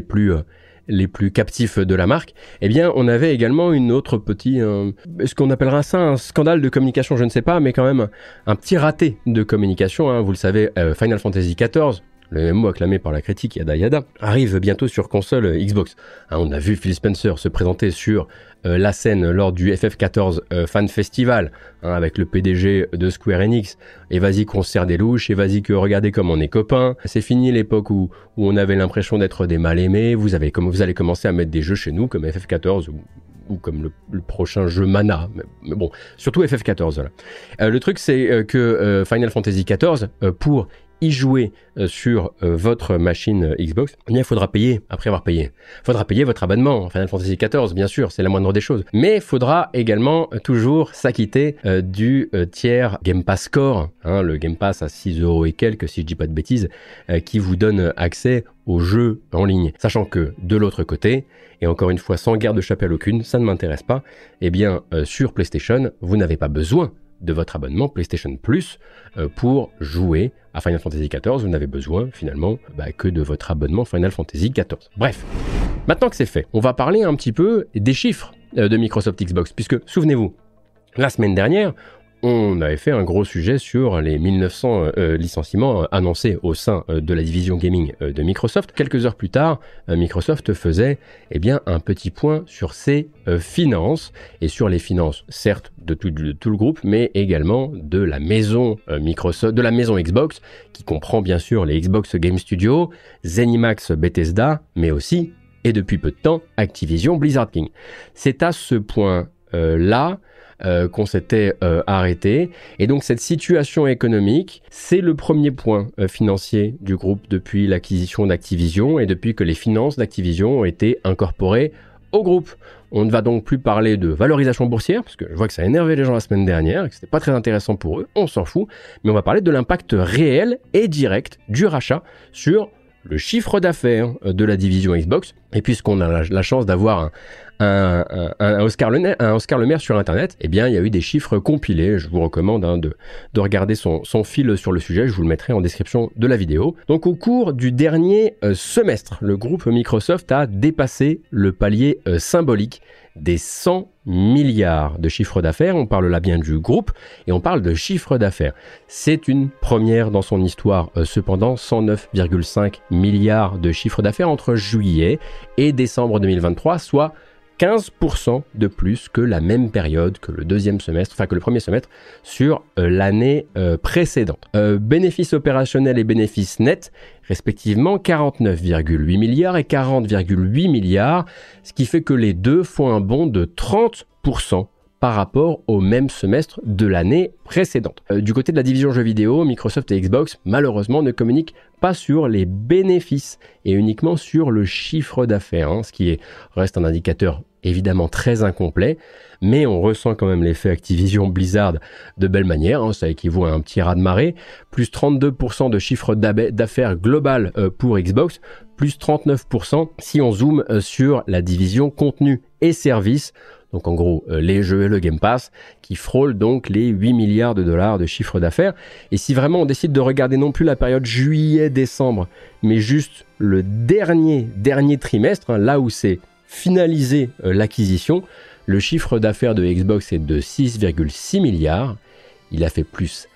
plus captifs de la marque, eh bien, on avait également une autre est-ce qu'on appellera ça un scandale de communication, je ne sais pas, mais quand même un petit raté de communication, hein. Vous le savez, Final Fantasy XIV, le MMO acclamé par la critique yada yada, arrive bientôt sur console Xbox. Hein, on a vu Phil Spencer se présenter sur la scène lors du FF14 Fan Festival, hein, avec le PDG de Square Enix, et vas-y qu'on se serre des louches, et vas-y que regardez comme on est copains. C'est fini l'époque où on avait l'impression d'être des mal-aimés, vous allez commencer à mettre des jeux chez nous comme FF14 ou comme le prochain jeu Mana, mais bon, surtout FF14. Voilà. Le truc c'est que Final Fantasy XIV, pour y jouer sur votre machine Xbox, eh bien, il faudra payer après avoir payé. Il faudra payer votre abonnement Final Fantasy XIV, bien sûr, c'est la moindre des choses. Mais il faudra également toujours s'acquitter du tiers Game Pass Core, hein, le Game Pass à 6€ et quelques, si je dis pas de bêtises, qui vous donne accès aux jeux en ligne. Sachant que de l'autre côté, et encore une fois sans garde de chapelle aucune, ça ne m'intéresse pas, eh bien sur PlayStation, vous n'avez pas besoin de votre abonnement PlayStation Plus pour jouer à Final Fantasy XIV, vous n'avez besoin finalement que de votre abonnement Final Fantasy XIV. Bref, maintenant que c'est fait, on va parler un petit peu des chiffres de Microsoft Xbox, puisque souvenez-vous, la semaine dernière, on avait fait un gros sujet sur les 1900 licenciements annoncés au sein de la division gaming de Microsoft. Quelques heures plus tard, Microsoft faisait un petit point sur ses finances, et sur les finances, certes, de tout le groupe, mais également de la maison Microsoft, de la maison Xbox, qui comprend bien sûr les Xbox Game Studios, ZeniMax Bethesda, mais aussi, et depuis peu de temps, Activision Blizzard King. C'est à ce point-là qu'on s'était arrêté. Et donc cette situation économique, c'est le premier point financier du groupe depuis l'acquisition d'Activision et depuis que les finances d'Activision ont été incorporées au groupe. On ne va donc plus parler de valorisation boursière, parce que je vois que ça a énervé les gens la semaine dernière, et que c'était pas très intéressant pour eux, on s'en fout, mais on va parler de l'impact réel et direct du rachat sur le chiffre d'affaires de la division Xbox. Et puisqu'on a la chance d'avoir un Oscar Le Maire sur Internet, eh bien, il y a eu des chiffres compilés. Je vous recommande de regarder son fil sur le sujet. Je vous le mettrai en description de la vidéo. Donc, au cours du dernier semestre, le groupe Microsoft a dépassé le palier symbolique des 100 milliards de chiffre d'affaires. On parle là bien du groupe et on parle de chiffre d'affaires. C'est une première dans son histoire. Cependant, 109,5 milliards de chiffre d'affaires entre juillet et décembre 2023, soit 15% de plus que la même période, que le premier semestre sur l'année précédente. Bénéfices opérationnels et bénéfices nets, respectivement 49,8 milliards et 40,8 milliards, ce qui fait que les deux font un bond de 30% par rapport au même semestre de l'année précédente. Du côté de la division jeux vidéo, Microsoft et Xbox, malheureusement, ne communiquent pas sur les bénéfices et uniquement sur le chiffre d'affaires, ce qui reste un indicateur évidemment très incomplet, mais on ressent quand même l'effet Activision Blizzard de belle manière, ça équivaut à un petit raz-de-marée, plus 32% de chiffre d'affaires global pour Xbox, plus 39% si on zoome sur la division contenu et services. Donc en gros, les jeux et le Game Pass qui frôlent donc les 8 milliards de dollars de chiffre d'affaires. Et si vraiment on décide de regarder non plus la période juillet-décembre, mais juste le dernier trimestre, là où c'est finalisé l'acquisition, le chiffre d'affaires de Xbox est de 6,6 milliards. Il a fait plus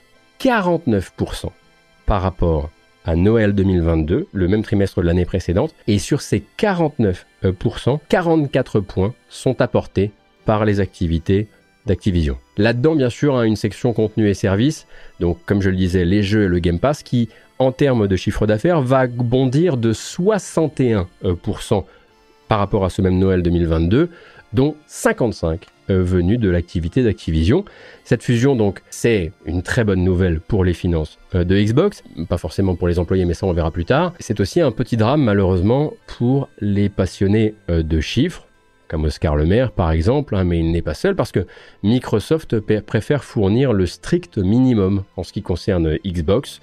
49% par rapport à Noël 2022, le même trimestre de l'année précédente. Et sur ces 49%, 44 points sont apportés par les activités d'Activision. Là-dedans, bien sûr, une section contenu et services, donc comme je le disais, les jeux et le Game Pass, qui, en termes de chiffre d'affaires, va bondir de 61% par rapport à ce même Noël 2022, dont 55 venus de l'activité d'Activision. Cette fusion, donc, c'est une très bonne nouvelle pour les finances de Xbox, pas forcément pour les employés, mais ça on verra plus tard. C'est aussi un petit drame, malheureusement, pour les passionnés de chiffres, comme Oscar Le Maire par exemple, mais il n'est pas seul parce que Microsoft préfère fournir le strict minimum en ce qui concerne Xbox.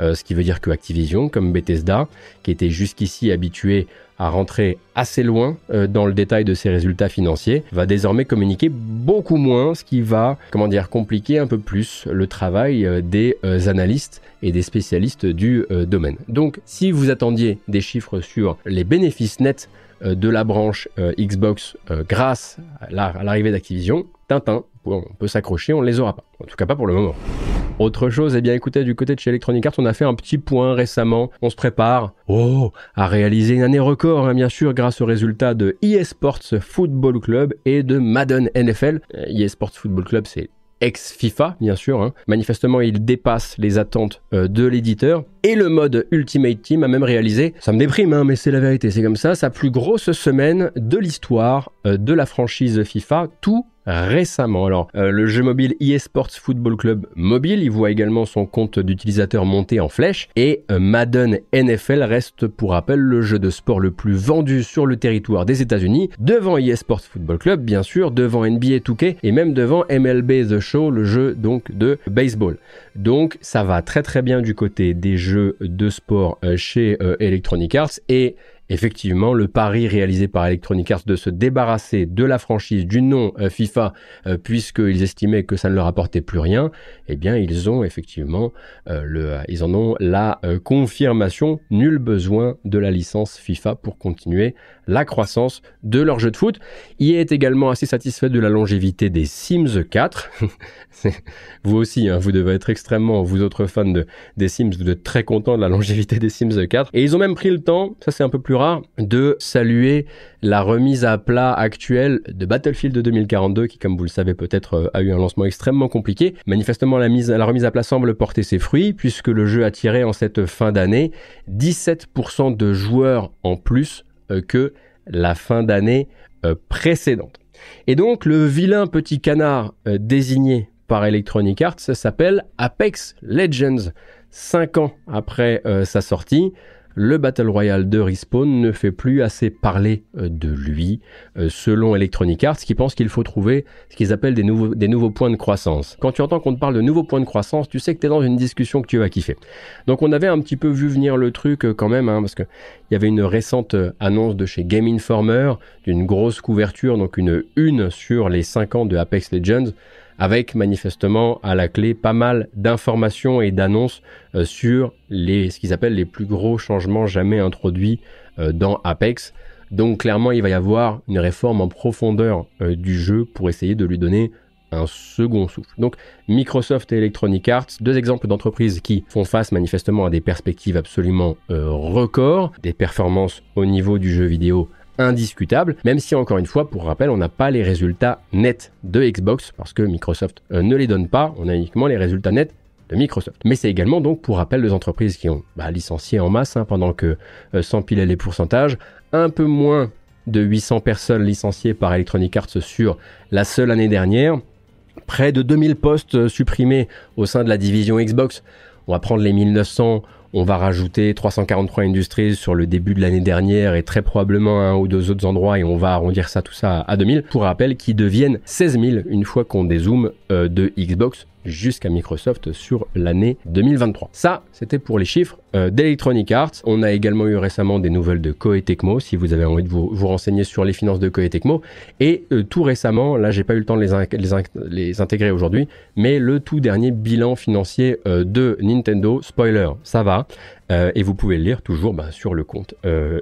ce qui veut dire que Activision, comme Bethesda, qui était jusqu'ici habitué à rentrer assez loin dans le détail de ses résultats financiers, va désormais communiquer beaucoup moins, ce qui va, compliquer un peu plus le travail des analystes et des spécialistes du domaine. Donc, si vous attendiez des chiffres sur les bénéfices nets de la branche Xbox grâce à l'arrivée d'Activision, Tintin, on peut s'accrocher, on ne les aura pas. En tout cas pas pour le moment. Autre chose, écoutez, du côté de chez Electronic Arts, on a fait un petit point récemment. On se prépare à réaliser une année record, bien sûr, grâce aux résultats de eSports Football Club et de Madden NFL. eSports Football Club, c'est ex-FIFA, bien sûr. Manifestement, il dépasse les attentes de l'éditeur. Et le mode Ultimate Team a même réalisé, ça me déprime, mais c'est la vérité, c'est comme ça, sa plus grosse semaine de l'histoire de la franchise FIFA, tout récemment. Alors, le jeu mobile eSports Football Club mobile, il voit également son compte d'utilisateur monter en flèche, et Madden NFL reste, pour rappel, le jeu de sport le plus vendu sur le territoire des États-Unis, devant eSports Football Club, bien sûr, devant NBA 2K, et même devant MLB The Show, le jeu donc de baseball. Donc, ça va très très bien du côté des jeux de sport chez Electronic Arts, et effectivement, le pari réalisé par Electronic Arts de se débarrasser de la franchise du nom FIFA, puisqu'ils estimaient que ça ne leur apportait plus rien, eh bien, ils ont effectivement ils en ont la confirmation. Nul besoin de la licence FIFA pour continuer la croissance de leur jeu de foot. EA est également assez satisfait de la longévité des Sims 4. Vous aussi, vous devez être extrêmement, vous autres fans des Sims, vous êtes très contents de la longévité des Sims 4. Et ils ont même pris le temps, ça c'est un peu plus rare, de saluer la remise à plat actuelle de Battlefield 2042, qui, comme vous le savez peut-être, a eu un lancement extrêmement compliqué. Manifestement, la remise à plat semble porter ses fruits, puisque le jeu a tiré en cette fin d'année 17% de joueurs en plus que la fin d'année précédente. Et donc, le vilain petit canard désigné par Electronic Arts s'appelle Apex Legends. 5 ans après sa sortie, le Battle Royale de Respawn ne fait plus assez parler de lui, selon Electronic Arts, qui pense qu'il faut trouver ce qu'ils appellent des nouveaux points de croissance. Quand tu entends qu'on te parle de nouveaux points de croissance, tu sais que tu es dans une discussion que tu vas kiffer. Donc on avait un petit peu vu venir le truc quand même, parce qu'il y avait une récente annonce de chez Game Informer, d'une grosse couverture, donc une sur les 5 ans de Apex Legends, avec manifestement à la clé pas mal d'informations et d'annonces sur ce qu'ils appellent les plus gros changements jamais introduits dans Apex. Donc clairement, il va y avoir une réforme en profondeur du jeu pour essayer de lui donner un second souffle. Donc Microsoft et Electronic Arts, deux exemples d'entreprises qui font face manifestement à des perspectives absolument records, des performances au niveau du jeu vidéo indiscutable, même si encore une fois, pour rappel, on n'a pas les résultats nets de Xbox parce que Microsoft ne les donne pas, on a uniquement les résultats nets de Microsoft. Mais c'est également donc, pour rappel, des entreprises qui ont licencié en masse, pendant que s'empilaient les pourcentages, un peu moins de 800 personnes licenciées par Electronic Arts sur la seule année dernière, près de 2000 postes supprimés au sein de la division Xbox. On va prendre les 1900, on va rajouter 343 Industries sur le début de l'année dernière et très probablement un ou deux autres endroits, et on va arrondir tout ça à 2000, pour rappel, qui deviennent 16 000 une fois qu'on dézoome de Xbox jusqu'à Microsoft sur l'année 2023. Ça, c'était pour les chiffres d'Electronic Arts. On a également eu récemment des nouvelles de Koei Tecmo, si vous avez envie de vous renseigner sur les finances de Koei Tecmo. Et tout récemment, là j'ai pas eu le temps de les intégrer aujourd'hui, mais le tout dernier bilan financier de Nintendo, spoiler, ça va. Et vous pouvez le lire toujours sur le compte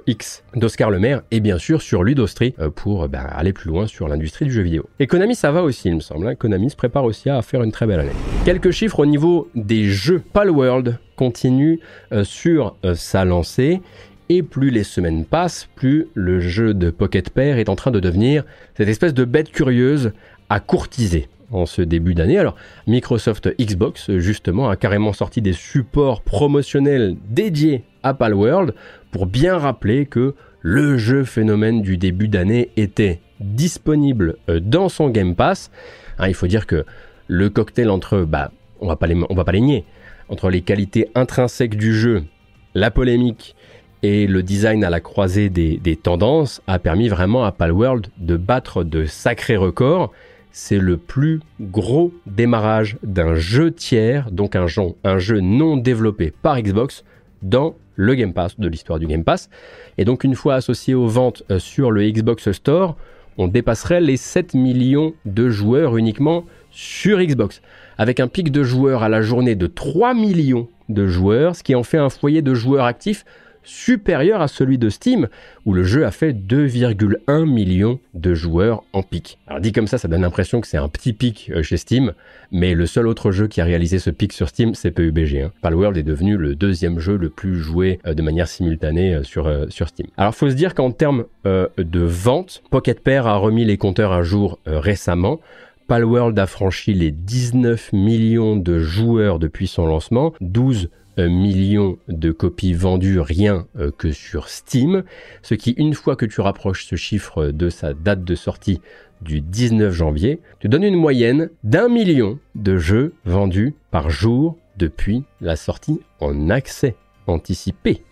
X d'Oscar Lemaire et bien sûr sur Ludostri pour aller plus loin sur l'industrie du jeu vidéo. Et Konami, ça va aussi, il me semble. Konami se prépare aussi à faire une très belle année. Quelques chiffres au niveau des jeux. Palworld continue sur sa lancée. Et plus les semaines passent, plus le jeu de Pocket Pair est en train de devenir cette espèce de bête curieuse à courtiser en ce début d'année. Alors, Microsoft Xbox, justement, a carrément sorti des supports promotionnels dédiés à Palworld pour bien rappeler que le jeu phénomène du début d'année était disponible dans son Game Pass. Il faut dire que le cocktail entre, on va pas les nier, entre les qualités intrinsèques du jeu, la polémique et le design à la croisée des tendances a permis vraiment à Palworld de battre de sacrés records. c'est le plus gros démarrage d'un jeu tiers, donc un jeu non développé par Xbox dans le Game Pass, de l'histoire du Game Pass. Et donc une fois associé aux ventes sur le Xbox Store, on dépasserait les 7 millions de joueurs uniquement sur Xbox, avec un pic de joueurs à la journée de 3 millions de joueurs, ce qui en fait un foyer de joueurs actifs supérieur à celui de Steam, où le jeu a fait 2,1 millions de joueurs en pic. Alors dit comme ça donne l'impression que c'est un petit pic chez Steam, mais le seul autre jeu qui a réalisé ce pic sur Steam, c'est PUBG. Palworld est devenu le deuxième jeu le plus joué de manière simultanée sur Steam. Alors faut se dire qu'en termes de vente, Pocket Pair a remis les compteurs à jour récemment. Palworld a franchi les 19 millions de joueurs depuis son lancement, 12 millions de copies vendues rien que sur Steam, ce qui, une fois que tu rapproches ce chiffre de sa date de sortie du 19 janvier, te donne une moyenne d'1 million de jeux vendus par jour depuis la sortie en accès anticipé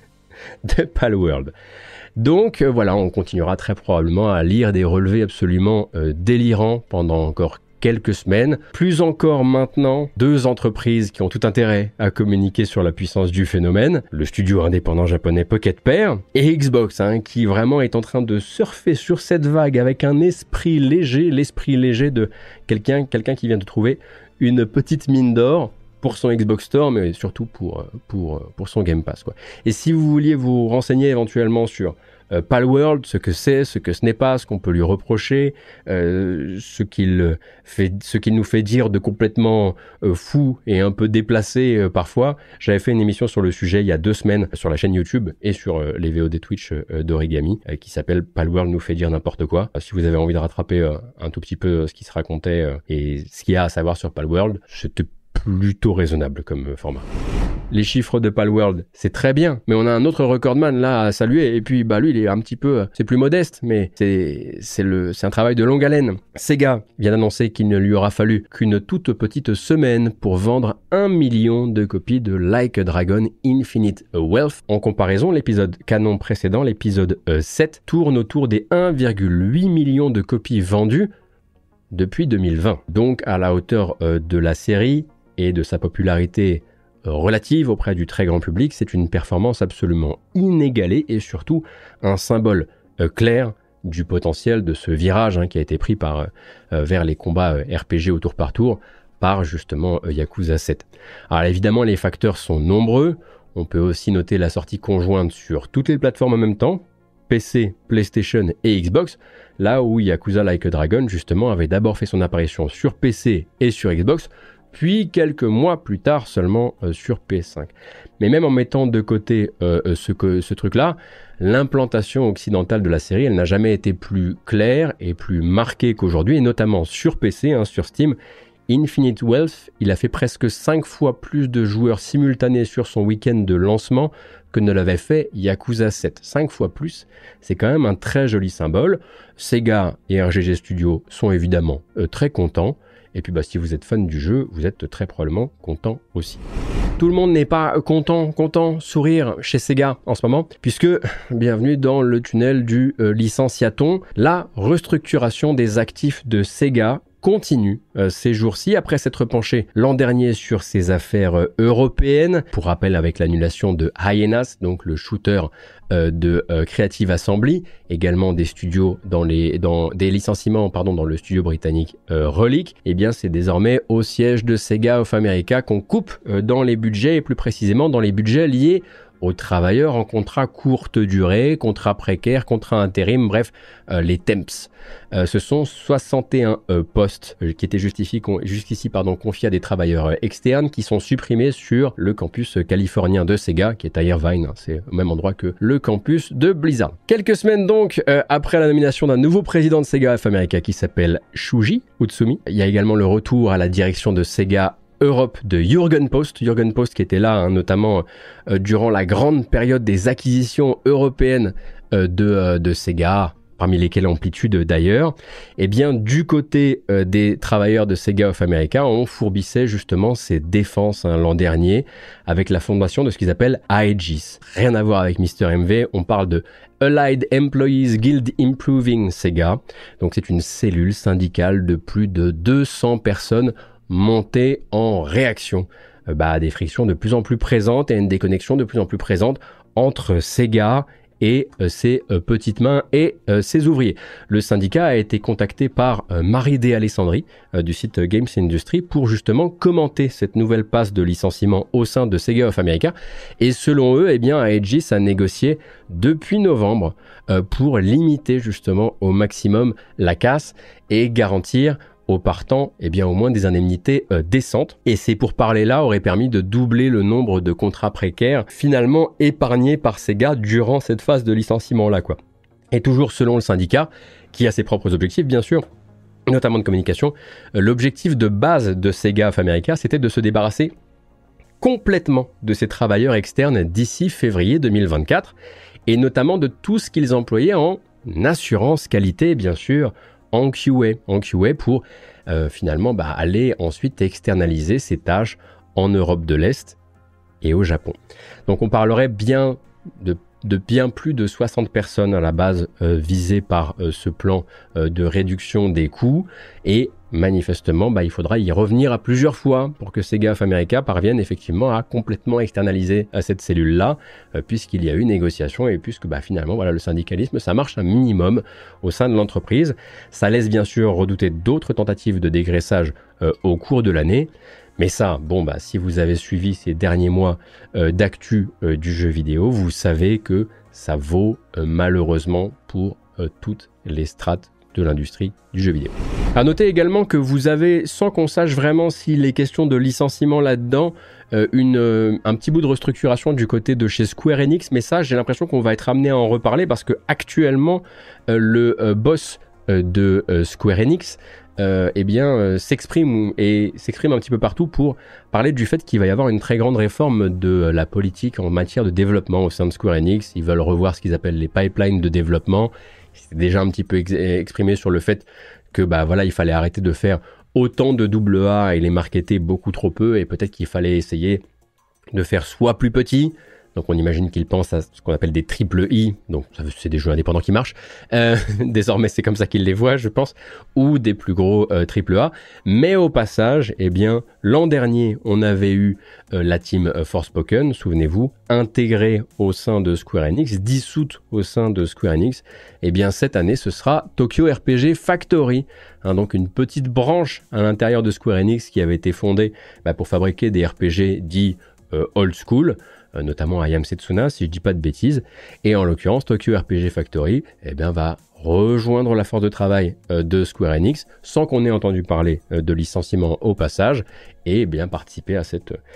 de Palworld. Donc voilà, on continuera très probablement à lire des relevés absolument délirants pendant encore quelques semaines. Plus encore maintenant, deux entreprises qui ont tout intérêt à communiquer sur la puissance du phénomène, le studio indépendant japonais Pocket Pair et Xbox, qui vraiment est en train de surfer sur cette vague avec un esprit léger, l'esprit léger de quelqu'un qui vient de trouver une petite mine d'or pour son Xbox Store, mais surtout pour son Game Pass, quoi. Et si vous vouliez vous renseigner éventuellement sur Palworld, ce que c'est, ce que ce n'est pas, ce qu'on peut lui reprocher, ce qu'il nous fait dire de complètement fou et un peu déplacé parfois. J'avais fait une émission sur le sujet il y a 2 semaines sur la chaîne YouTube et sur les VOD Twitch d'Origami qui s'appelle Palworld nous fait dire n'importe quoi. Si vous avez envie de rattraper un tout petit peu ce qui se racontait et ce qu'il y a à savoir sur Palworld, c'était plutôt raisonnable comme format. Les chiffres de Palworld, c'est très bien, mais on a un autre recordman là à saluer, et puis lui il est un petit peu, c'est plus modeste, mais c'est un travail de longue haleine. Sega vient d'annoncer qu'il ne lui aura fallu qu'une toute petite semaine pour vendre 1 million de copies de Like a Dragon Infinite Wealth. En comparaison, l'épisode canon précédent, l'épisode 7, tourne autour des 1,8 million de copies vendues depuis 2020. Donc à la hauteur de la série et de sa popularité relative auprès du très grand public, c'est une performance absolument inégalée et surtout un symbole clair du potentiel de ce virage qui a été pris vers les combats RPG au tour par tour par justement Yakuza 7. Alors évidemment les facteurs sont nombreux, on peut aussi noter la sortie conjointe sur toutes les plateformes en même temps, PC, PlayStation et Xbox, là où Yakuza Like a Dragon justement avait d'abord fait son apparition sur PC et sur Xbox, puis quelques mois plus tard seulement sur PS5. Mais même en mettant de côté ce truc-là, l'implantation occidentale de la série, elle n'a jamais été plus claire et plus marquée qu'aujourd'hui, et notamment sur PC, sur Steam. Infinite Wealth, il a fait presque 5 fois plus de joueurs simultanés sur son week-end de lancement que ne l'avait fait Yakuza 7. 5 fois plus, c'est quand même un très joli symbole. Sega et RGG Studio sont évidemment très contents. Et puis si vous êtes fan du jeu, vous êtes très probablement content aussi. Tout le monde n'est pas content, sourire chez Sega en ce moment, puisque bienvenue dans le tunnel du licenciaton. La restructuration des actifs de Sega continue ces jours-ci, après s'être penché l'an dernier sur ses affaires européennes, pour rappel avec l'annulation de Hyenas, donc le shooter de Creative Assembly, également des studios des licenciements dans le studio britannique Relic. Et bien c'est désormais au siège de Sega of America qu'on coupe dans les budgets, et plus précisément dans les budgets liés aux travailleurs en contrat courte durée, contrat précaire, contrat intérim, bref, les temps. Ce sont 61 postes qui étaient jusqu'ici confiés à des travailleurs externes qui sont supprimés sur le campus californien de Sega, qui est à Irvine, c'est au même endroit que le campus de Blizzard. Quelques semaines donc après la nomination d'un nouveau président de Sega of America qui s'appelle Shuji Utsumi, il y a également le retour à la direction de Sega Europe de Jürgen Post qui était là notamment durant la grande période des acquisitions européennes de Sega, parmi lesquels Amplitude d'ailleurs, eh bien du côté des travailleurs de Sega of America, on fourbissait justement ces défenses l'an dernier avec la fondation de ce qu'ils appellent AEGIS. Rien à voir avec Mr. MV, on parle de Allied Employees Guild Improving Sega. Donc c'est une cellule syndicale de plus de 200 personnes montées en réaction à des frictions de plus en plus présentes et à une déconnexion de plus en plus présente entre Sega et ses petites mains et ses ouvriers. Le syndicat a été contacté par Marie D. Alessandri du site Games Industry pour justement commenter cette nouvelle passe de licenciement au sein de Sega of America. Et selon eux, eh bien, Aegis a négocié depuis novembre pour limiter justement au maximum la casse et garantir aux partants, eh bien, au moins des indemnités décentes. Et ces pourparlers-là auraient permis de doubler le nombre de contrats précaires finalement épargnés par Sega durant cette phase de licenciement-là, quoi. Et toujours selon le syndicat, qui a ses propres objectifs, bien sûr, notamment de communication, l'objectif de base de Sega of America, c'était de se débarrasser complètement de ces travailleurs externes d'ici février 2024, et notamment de tout ce qu'ils employaient en assurance qualité, bien sûr, en QA pour finalement aller ensuite externaliser ces tâches en Europe de l'Est et au Japon. Donc on parlerait bien de bien plus de 60 personnes à la base visées par ce plan de réduction des coûts, et manifestement il faudra y revenir à plusieurs fois pour que Sega of America parvienne effectivement à complètement externaliser cette cellule-là, puisqu'il y a eu négociation et puisque finalement le syndicalisme ça marche un minimum au sein de l'entreprise. Ça laisse bien sûr redouter d'autres tentatives de dégraissage au cours de l'année. Mais ça, si vous avez suivi ces derniers mois d'actu du jeu vidéo, vous savez que ça vaut malheureusement pour toutes les strates de l'industrie du jeu vidéo. À noter également que vous avez, sans qu'on sache vraiment s'il est question de licenciement là-dedans, un petit bout de restructuration du côté de chez Square Enix, mais ça, j'ai l'impression qu'on va être amené à en reparler parce que actuellement, le boss de Square Enix s'exprime un petit peu partout pour parler du fait qu'il va y avoir une très grande réforme de la politique en matière de développement au sein de Square Enix. Ils veulent revoir ce qu'ils appellent les pipelines de développement. C'est déjà un petit peu exprimé sur le fait que il fallait arrêter de faire autant de AA et les marketer beaucoup trop peu, et peut-être qu'il fallait essayer de faire soit plus petit. Donc on imagine qu'ils pensent à ce qu'on appelle des triple I, donc c'est des jeux indépendants qui marchent, désormais c'est comme ça qu'ils les voient je pense, ou des plus gros triple A. Mais au passage, l'an dernier on avait eu la team Forspoken, souvenez-vous, intégrée au sein de Square Enix, dissoute au sein de Square Enix. Cette année ce sera Tokyo RPG Factory, donc une petite branche à l'intérieur de Square Enix qui avait été fondée pour fabriquer des RPG dits old school, notamment Ayam Setsuna si je dis pas de bêtises, et en l'occurrence Tokyo RPG Factory va rejoindre la force de travail de Square Enix sans qu'on ait entendu parler de licenciement au passage, et participer à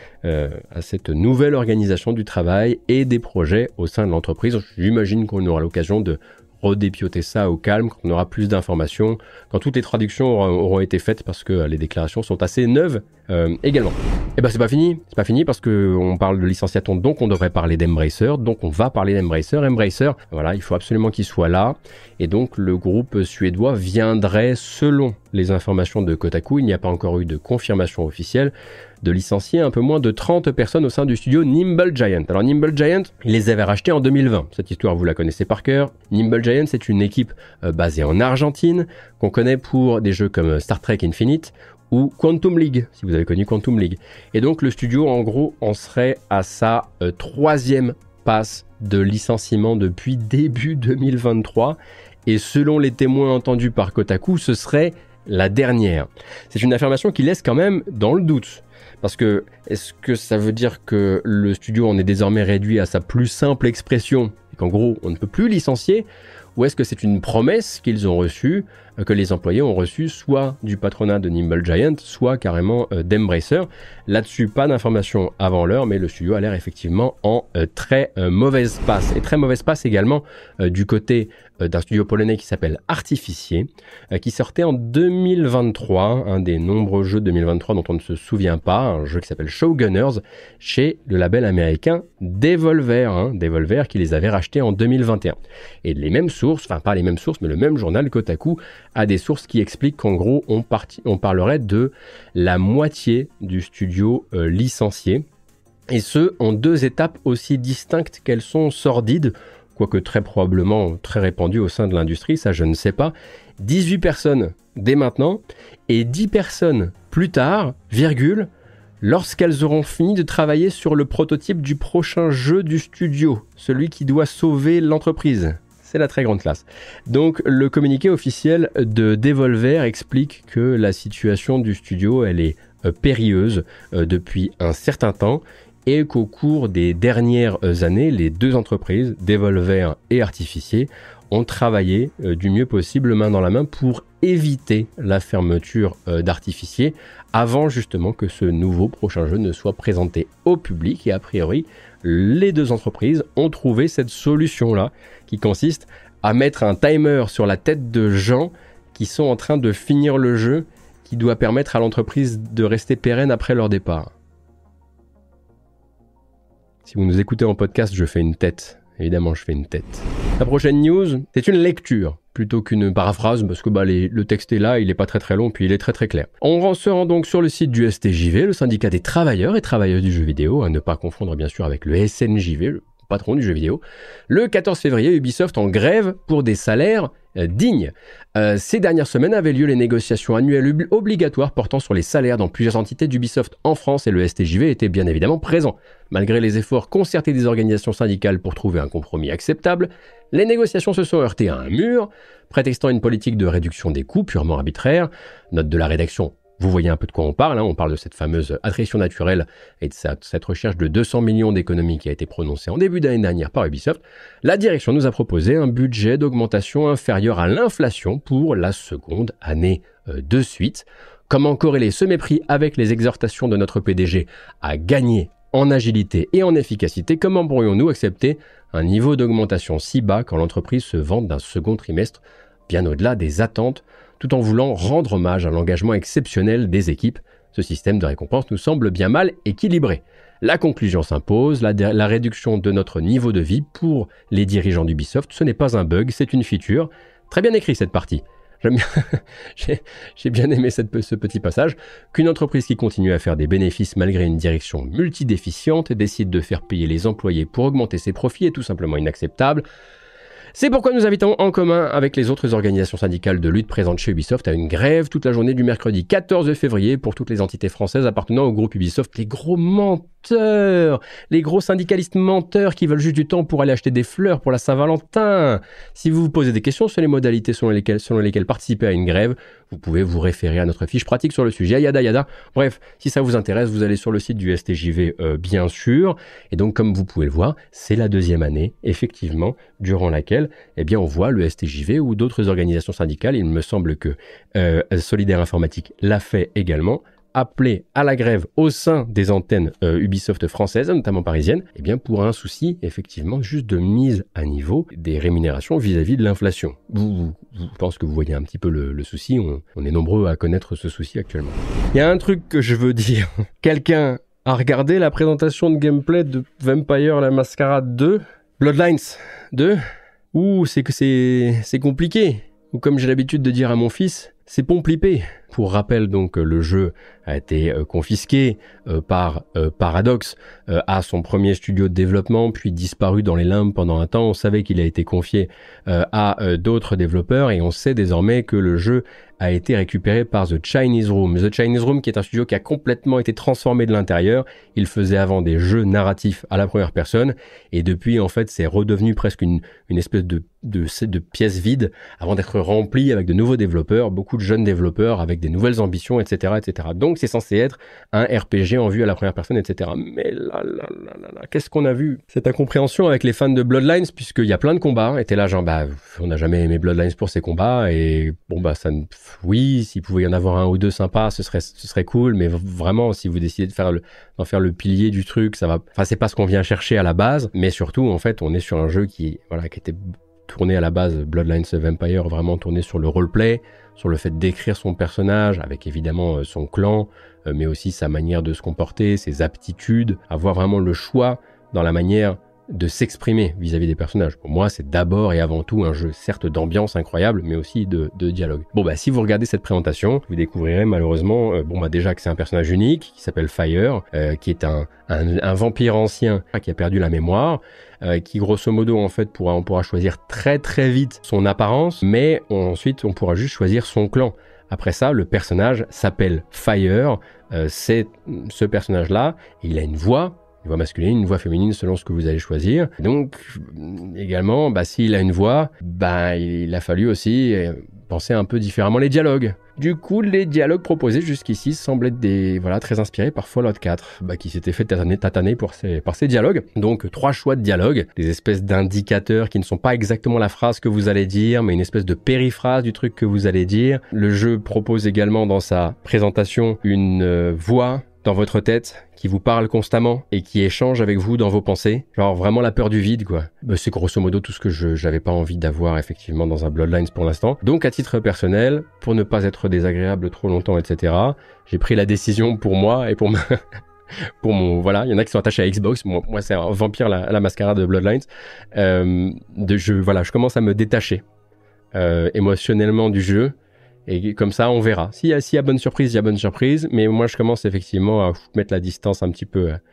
cette nouvelle organisation du travail et des projets au sein de l'entreprise. J'imagine qu'on aura l'occasion de redépioter ça au calme, quand on aura plus d'informations, quand toutes les traductions auront été faites, parce que les déclarations sont assez neuves également. Et c'est pas fini parce que on parle de licenciaton, donc on devrait parler d'Embracer, donc on va parler d'Embracer. Embracer, il faut absolument qu'il soit là, et donc le groupe suédois viendrait, selon les informations de Kotaku, il n'y a pas encore eu de confirmation officielle, de licencier un peu moins de 30 personnes au sein du studio Nimble Giant. Alors Nimble Giant, ils les avaient rachetés en 2020. Cette histoire, vous la connaissez par cœur. Nimble Giant, c'est une équipe basée en Argentine, qu'on connaît pour des jeux comme Star Trek Infinite ou Quantum League, si vous avez connu Quantum League. Et donc le studio, en gros, en serait à sa troisième passe de licenciement depuis début 2023. Et selon les témoins entendus par Kotaku, ce serait la dernière. C'est une affirmation qui laisse quand même dans le doute. Parce que, est-ce que ça veut dire que le studio en est désormais réduit à sa plus simple expression et qu'en gros, on ne peut plus licencier? Ou est-ce que c'est une promesse qu'ils ont reçue que les employés ont reçu soit du patronat de Nimble Giant, soit carrément d'Embracer. Là-dessus, pas d'informations avant l'heure, mais le studio a l'air effectivement en très mauvaise passe. Et très mauvaise passe également du côté d'un studio polonais qui s'appelle Artificier, qui sortait en 2023, un des nombreux jeux de 2023 dont on ne se souvient pas, un jeu qui s'appelle Showgunners, chez le label américain Devolver, Devolver qui les avait rachetés en 2021. Et les mêmes sources, enfin pas les mêmes sources, mais le même journal Kotaku a des sources qui expliquent qu'en gros on parlerait de la moitié du studio licencié, et ce en 2 étapes aussi distinctes qu'elles sont sordides, quoique très probablement très répandues au sein de l'industrie, ça je ne sais pas. 18 personnes dès maintenant et 10 personnes plus tard, virgule, lorsqu'elles auront fini de travailler sur le prototype du prochain jeu du studio, celui qui doit sauver l'entreprise. C'est la très grande classe. Donc le communiqué officiel de Devolver explique que la situation du studio, elle est périlleuse depuis un certain temps, et qu'au cours des dernières années, les 2 entreprises, Devolver et Artificier, ont travaillé du mieux possible main dans la main pour éviter la fermeture d'Artificier avant justement que ce nouveau prochain jeu ne soit présenté au public. Et a priori, les 2 entreprises ont trouvé cette solution-là qui consiste à mettre un timer sur la tête de gens qui sont en train de finir le jeu qui doit permettre à l'entreprise de rester pérenne après leur départ. Si vous nous écoutez en podcast, je fais une tête. Évidemment, je fais une tête. La prochaine news, c'est une lecture plutôt qu'une paraphrase, parce que le texte est là, il n'est pas très très long, puis il est très très clair. On se rend donc sur le site du STJV, le syndicat des travailleurs et travailleuses du jeu vidéo, à ne pas confondre bien sûr avec le SNJV, le patron du jeu vidéo. Le 14 février, Ubisoft en grève pour des salaires dignes. Ces dernières semaines avaient lieu les négociations annuelles obligatoires portant sur les salaires dans plusieurs entités d'Ubisoft en France, et le STJV était bien évidemment présent. Malgré les efforts concertés des organisations syndicales pour trouver un compromis acceptable, les négociations se sont heurtées à un mur, prétextant une politique de réduction des coûts purement arbitraire. Note de la rédaction. Vous voyez un peu de quoi on parle, on parle de cette fameuse attrition naturelle et de cette recherche de 200 millions d'économies qui a été prononcée en début d'année dernière par Ubisoft. La direction nous a proposé un budget d'augmentation inférieur à l'inflation pour la seconde année de suite. Comment corréler ce mépris avec les exhortations de notre PDG à gagner en agilité et en efficacité? Comment pourrions-nous accepter un niveau d'augmentation si bas quand l'entreprise se vante d'un second trimestre bien au-delà des attentes, tout en voulant rendre hommage à l'engagement exceptionnel des équipes? Ce système de récompense nous semble bien mal équilibré. La conclusion s'impose, la réduction de notre niveau de vie pour les dirigeants d'Ubisoft, ce n'est pas un bug, c'est une feature. Très bien écrit cette partie. J'ai bien aimé ce petit passage. Qu'une entreprise qui continue à faire des bénéfices malgré une direction multidéficiente décide de faire payer les employés pour augmenter ses profits est tout simplement inacceptable. C'est pourquoi nous invitons en commun avec les autres organisations syndicales de lutte présentes chez Ubisoft à une grève toute la journée du mercredi 14 février pour toutes les entités françaises appartenant au groupe Ubisoft. Les gros menteurs, les gros syndicalistes menteurs qui veulent juste du temps pour aller acheter des fleurs pour la Saint-Valentin. Si vous vous posez des questions sur les modalités selon lesquelles participer à une grève, vous pouvez vous référer à notre fiche pratique sur le sujet, yada. Bref, si ça vous intéresse, vous allez sur le site du STJV bien sûr. Et donc comme vous pouvez le voir, c'est la 2e année, effectivement, durant laquelle on voit le STJV ou d'autres organisations syndicales, il me semble que Solidaire Informatique l'a fait également, appelé à la grève au sein des antennes Ubisoft françaises, notamment parisiennes, pour un souci effectivement juste de mise à niveau des rémunérations vis-à-vis de l'inflation. Je pense que vous voyez un petit peu le souci, on est nombreux à connaître ce souci actuellement. Il y a un truc que je veux dire, quelqu'un a regardé la présentation de gameplay de Vampire la Masquerade 2, Bloodlines 2, c'est que c'est compliqué, ou comme j'ai l'habitude de dire à mon fils, c'est pomplipé. Pour rappel, donc, le jeu a été confisqué par Paradox à son premier studio de développement, puis disparu dans les limbes pendant un temps. On savait qu'il a été confié à d'autres développeurs et on sait désormais que le jeu a été récupéré par The Chinese Room. The Chinese Room qui est un studio qui a complètement été transformé de l'intérieur. Il faisait avant des jeux narratifs à la première personne et depuis, en fait, c'est redevenu presque une espèce de pièce vide avant d'être rempli avec de nouveaux développeurs, beaucoup de jeunes développeurs avec des nouvelles ambitions, etc., etc. Donc c'est censé être un RPG en vue à la première personne, etc. Mais là, qu'est-ce qu'on a vu? Cette incompréhension avec les fans de Bloodlines, puisqu'il y a plein de combats, et t'es là genre, on n'a jamais aimé Bloodlines pour ces combats, et bon, oui, s'il pouvait y en avoir un ou deux sympas, ce serait cool, mais vraiment, si vous décidez d'en faire le pilier du truc, c'est pas ce qu'on vient chercher à la base, mais surtout, en fait, on est sur un jeu qui était tourné à la base, Bloodlines of Empire, vraiment tourné sur le roleplay, sur le fait d'écrire son personnage, avec évidemment son clan, mais aussi sa manière de se comporter, ses aptitudes, avoir vraiment le choix dans la manière de s'exprimer vis-à-vis des personnages. Pour moi, c'est d'abord et avant tout un jeu, certes d'ambiance incroyable, mais aussi de dialogue. Bon, si vous regardez cette présentation, vous découvrirez malheureusement, déjà que c'est un personnage unique, qui s'appelle Fire, qui est un vampire ancien qui a perdu la mémoire, qui grosso modo, en fait, on pourra choisir très très vite son apparence, mais ensuite, on pourra juste choisir son clan. Après ça, le personnage s'appelle Fire, c'est ce personnage-là, il a une voix masculine, une voix féminine selon ce que vous allez choisir. Donc, également, s'il a une voix, il a fallu aussi penser un peu différemment les dialogues. Du coup, les dialogues proposés jusqu'ici semblent être très inspirés par Fallout 4, qui s'était fait tataner par ces dialogues. Donc, 3 choix de dialogue, des espèces d'indicateurs qui ne sont pas exactement la phrase que vous allez dire, mais une espèce de périphrase du truc que vous allez dire. Le jeu propose également dans sa présentation une voix dans votre tête, qui vous parle constamment et qui échange avec vous dans vos pensées. Genre vraiment la peur du vide, quoi. C'est grosso modo tout ce que j'avais pas envie d'avoir effectivement dans un Bloodlines pour l'instant. Donc à titre personnel, pour ne pas être désagréable trop longtemps, etc., j'ai pris la décision pour moi et pour il y en a qui sont attachés à Xbox, moi c'est un vampire la mascarade de Bloodlines, je commence à me détacher émotionnellement du jeu. Et comme ça, on verra. S'il y a bonne surprise, il y a bonne surprise. Mais moi, je commence effectivement à mettre la distance un petit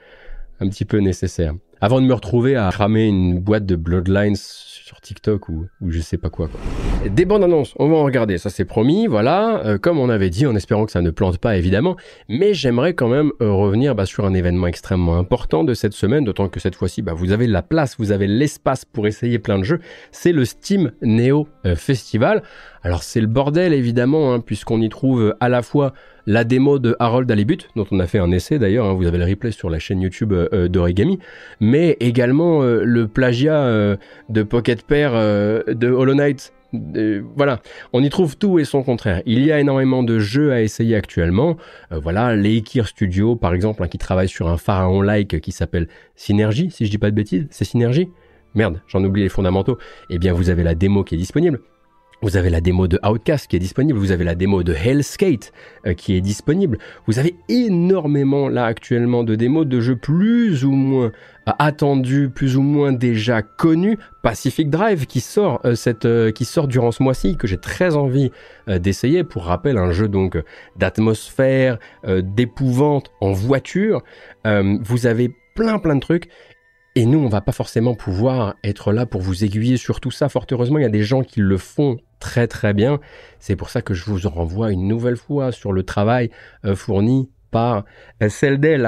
peu nécessaire. Avant de me retrouver à cramer une boîte de Bloodlines sur TikTok ou je sais pas quoi. Des bandes annonces, on va en regarder, ça c'est promis, voilà. Comme on avait dit, en espérant que ça ne plante pas évidemment. Mais j'aimerais quand même revenir sur un événement extrêmement important de cette semaine, d'autant que cette fois-ci, vous avez la place, vous avez l'espace pour essayer plein de jeux. C'est le Steam Neo Festival. Alors c'est le bordel évidemment, puisqu'on y trouve à la fois la démo de Harold Halibut, dont on a fait un essai d'ailleurs, vous avez le replay sur la chaîne YouTube d'Origami, mais également le plagiat de Pocket Pair de Hollow Knight. Voilà, on y trouve tout et son contraire. Il y a énormément de jeux à essayer actuellement. L'Eikir Studio par exemple, qui travaille sur un pharaon-like qui s'appelle Synergy, si je dis pas de bêtises, c'est Synergy ? Merde, j'en oublie les fondamentaux. Eh bien vous avez la démo qui est disponible. Vous avez la démo de Outcast qui est disponible, vous avez la démo de Hellskate qui est disponible. Vous avez énormément là actuellement de démos de jeux plus ou moins attendus, plus ou moins déjà connus. Pacific Drive qui sort durant ce mois-ci, que j'ai très envie d'essayer. Pour rappel, un jeu donc d'atmosphère, d'épouvante en voiture. Vous avez plein de trucs. Et nous, on va pas forcément pouvoir être là pour vous aiguiller sur tout ça. Fort heureusement, il y a des gens qui le font très très bien. C'est pour ça que je vous renvoie une nouvelle fois sur le travail fourni par Celdel,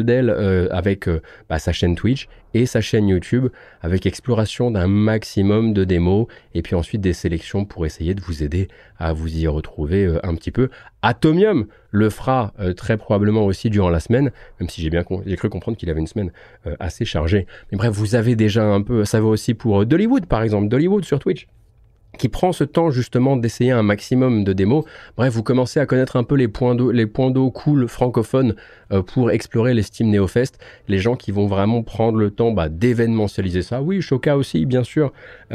avec sa chaîne Twitch et sa chaîne YouTube, avec exploration d'un maximum de démos et puis ensuite des sélections pour essayer de vous aider à vous y retrouver un petit peu. Atomium le fera très probablement aussi durant la semaine, même si j'ai cru comprendre qu'il avait une semaine assez chargée. Mais bref, vous avez déjà un peu, ça va aussi pour Dollywood par exemple, Dollywood sur Twitch, qui prend ce temps justement d'essayer un maximum de démos. Bref, vous commencez à connaître un peu les points d'eau cool francophones pour explorer les Steam Neofest. Les gens qui vont vraiment prendre le temps d'événementialiser ça. Oui, Shoka aussi, bien sûr.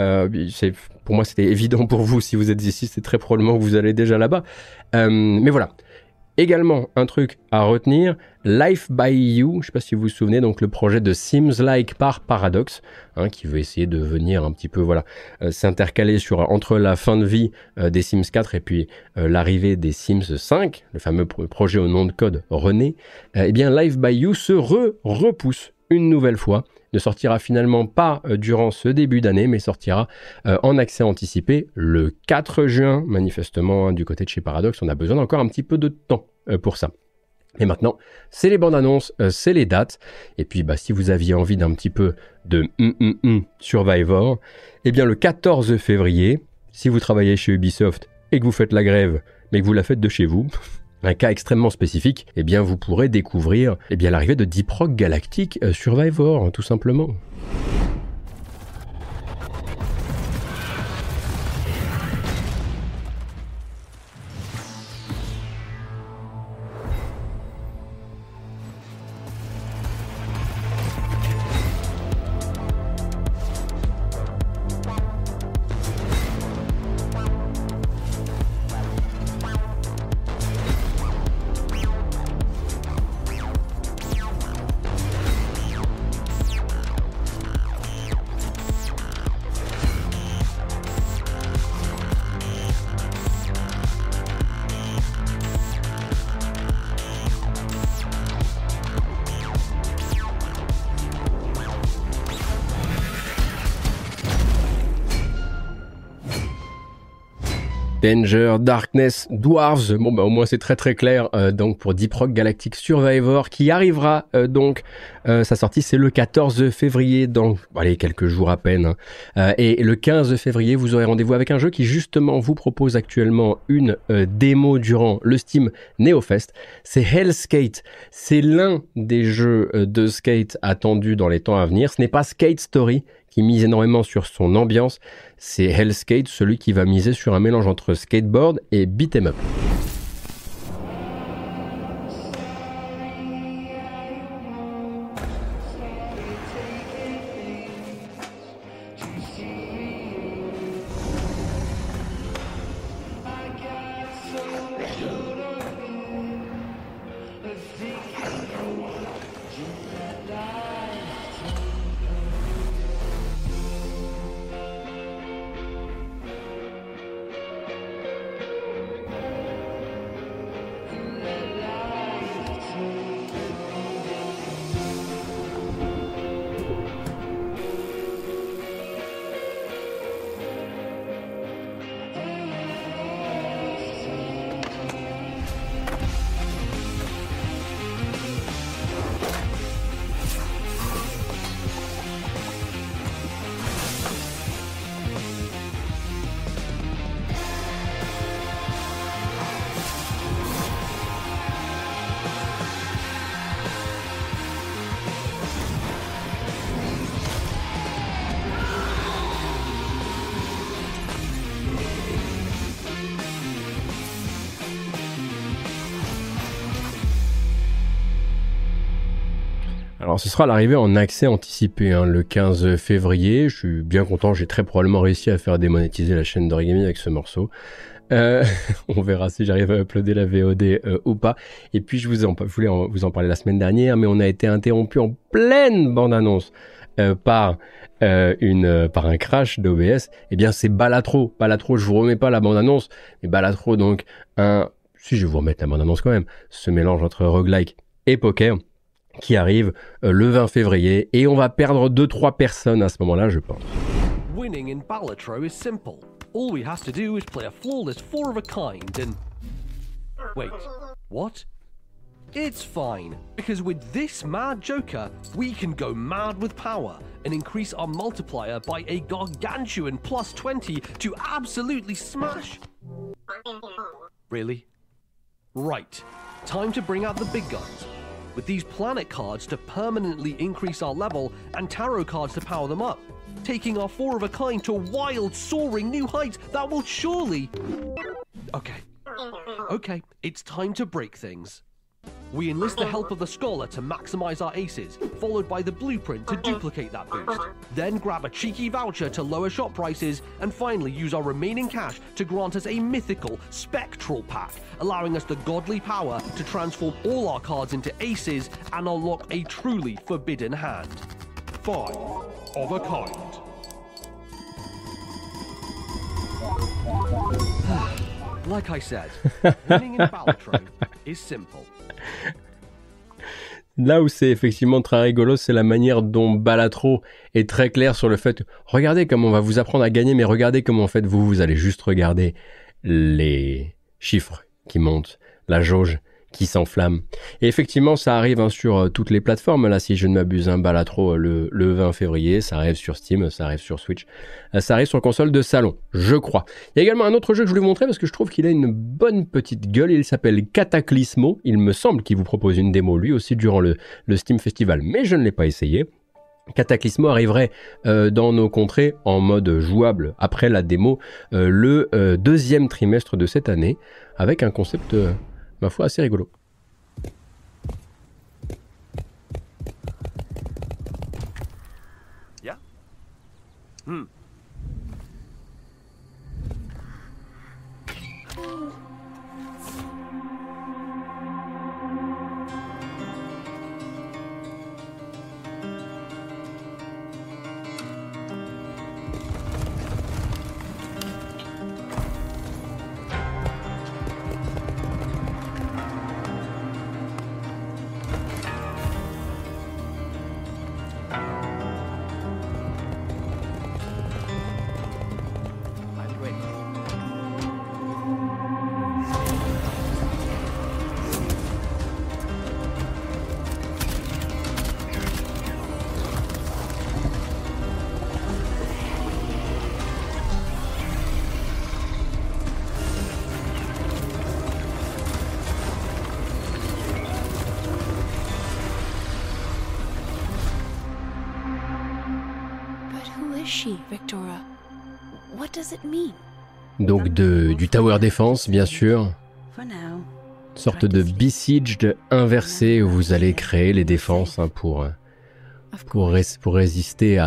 Pour moi, c'était évident pour vous. Si vous êtes ici, c'est très probablement que vous allez déjà là-bas. Mais voilà. Également, un truc à retenir, Life by You, je ne sais pas si vous vous souvenez, donc le projet de Sims Like par Paradox, qui veut essayer de venir un petit peu s'intercaler entre la fin de vie des Sims 4 et puis l'arrivée des Sims 5, le fameux projet au nom de code René. Eh bien, Life by You se repousse une nouvelle fois, ne sortira finalement pas durant ce début d'année, mais sortira en accès anticipé le 4 juin, manifestement, du côté de chez Paradox. On a besoin d'encore un petit peu de temps pour ça. Et maintenant, c'est les bandes annonces, c'est les dates. Et puis, si vous aviez envie d'un petit peu de Survivor, eh bien, le 14 février, si vous travaillez chez Ubisoft et que vous faites la grève, mais que vous la faites de chez vous, un cas extrêmement spécifique, eh bien vous pourrez découvrir l'arrivée de Deep Rock Galactic Survivor, tout simplement. Danger, Darkness, Dwarves, bon bah au moins c'est très très clair, donc pour Deep Rock Galactic Survivor qui arrivera sa sortie c'est le 14 février, dans quelques jours à peine, et le 15 février vous aurez rendez-vous avec un jeu qui justement vous propose actuellement une démo durant le Steam NeoFest, c'est Hellskate, c'est l'un des jeux de skate attendus dans les temps à venir, ce n'est pas Skate Story qui mise énormément sur son ambiance, c'est Hellskate, celui qui va miser sur un mélange entre skateboard et beat'em up. Alors ce sera l'arrivée en accès anticipé le 15 février, je suis bien content, j'ai très probablement réussi à faire démonétiser la chaîne d'Origami avec ce morceau. On verra si j'arrive à uploader la VOD ou pas. Et puis je voulais vous en parler la semaine dernière, mais on a été interrompu en pleine bande-annonce par un crash d'OBS. Eh bien c'est Balatro, je vous remets pas la bande-annonce, mais Balatro donc si je vais vous remettre la bande-annonce quand même, ce mélange entre roguelike et poker, qui arrive le 20 février, et on va perdre 2-3 personnes à ce moment-là, je pense. Winning in Balatro is simple. All we have to do is play a flawless 4 of a kind and... Wait, what? It's fine, because with this mad Joker, we can go mad with power and increase our multiplier by a gargantuan plus 20 to absolutely smash. Really? Right, time to bring out the big guns. With these planet cards to permanently increase our level and tarot cards to power them up, taking our 4 of a kind to wild, soaring new heights that will surely... Okay, it's time to break things. We enlist the help of the Scholar to maximize our aces, followed by the Blueprint to duplicate that boost. Then grab a cheeky voucher to lower shop prices, and finally use our remaining cash to grant us a mythical, spectral pack, allowing us the godly power to transform all our cards into aces and unlock a truly forbidden hand. 5 of a kind. Like I said, winning in Balatro is simple. Là où c'est effectivement très rigolo, c'est la manière dont Balatro est très clair sur le fait, regardez comment on va vous apprendre à gagner, mais regardez comment en fait vous allez juste regarder les chiffres qui montent, la jauge qui s'enflamme. Et effectivement, ça arrive sur toutes les plateformes. Là, si je ne m'abuse, Balatro le 20 février, ça arrive sur Steam, ça arrive sur Switch, ça arrive sur console de salon, je crois. Il y a également un autre jeu que je voulais vous montrer parce que je trouve qu'il a une bonne petite gueule. Il s'appelle Cataclysmo. Il me semble qu'il vous propose une démo lui aussi durant le Steam Festival, mais je ne l'ai pas essayé. Cataclysmo arriverait dans nos contrées en mode jouable après la démo le deuxième trimestre de cette année avec un concept, ma foi, assez rigolo. Yeah. Victoria? What does it mean? Donc du Tower Defense, bien sûr. For now. Sorte de Besieged inversé où vous allez créer les défenses pour résister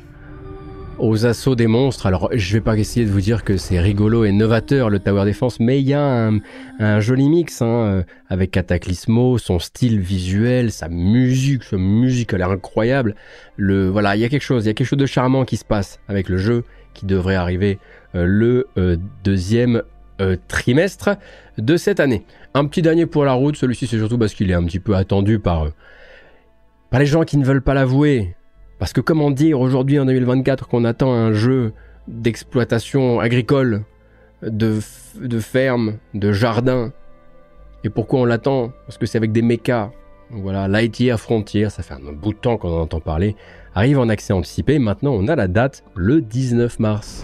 aux assauts des monstres. Alors, je vais pas essayer de vous dire que c'est rigolo et novateur le Tower Defense, mais il y a un joli mix avec Cataclysmo, son style visuel, sa musique elle est incroyable. Voilà, il y a quelque chose de charmant qui se passe avec le jeu qui devrait arriver le deuxième trimestre de cette année. Un petit dernier pour la route, celui-ci c'est surtout parce qu'il est un petit peu attendu par les gens qui ne veulent pas l'avouer. Parce que comment dire aujourd'hui en 2024 qu'on attend un jeu d'exploitation agricole, de ferme, de jardin. Et pourquoi on l'attend? Parce que c'est avec des mechas. Voilà, Lightyear Frontier, ça fait un bout de temps qu'on en entend parler, arrive en accès anticipé. Maintenant on a la date, le 19 mars.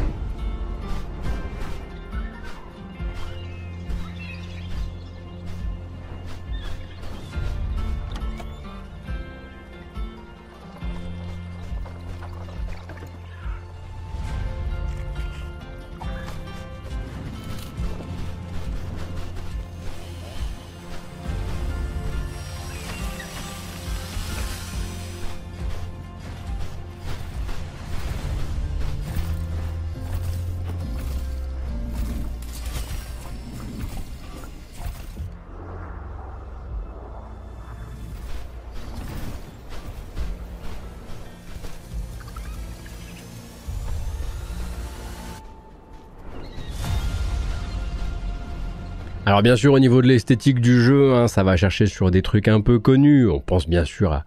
Alors bien sûr au niveau de l'esthétique du jeu, ça va chercher sur des trucs un peu connus. On pense bien sûr à,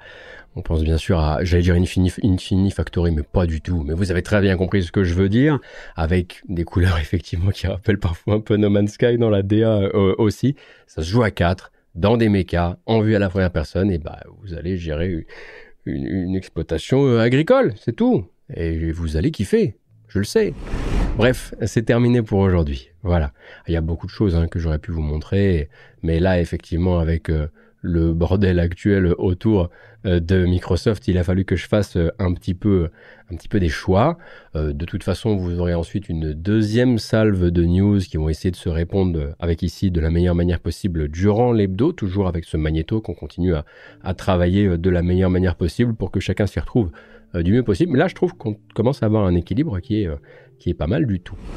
j'allais dire Infinity Factory, mais pas du tout. Mais vous avez très bien compris ce que je veux dire, avec des couleurs effectivement qui rappellent parfois un peu No Man's Sky dans la DA aussi. Ça se joue à 4, dans des mechas, en vue à la première personne, et vous allez gérer une exploitation agricole, c'est tout. Et vous allez kiffer, je le sais. Bref, c'est terminé pour aujourd'hui. Voilà. Il y a beaucoup de choses que j'aurais pu vous montrer, mais là, effectivement, avec le bordel actuel autour de Microsoft, il a fallu que je fasse un petit peu des choix. De toute façon, vous aurez ensuite une deuxième salve de news qui vont essayer de se répondre avec ici de la meilleure manière possible durant l'hebdo, toujours avec ce magnéto qu'on continue à travailler de la meilleure manière possible pour que chacun s'y retrouve du mieux possible. Mais là, je trouve qu'on commence à avoir un équilibre qui est pas mal du tout.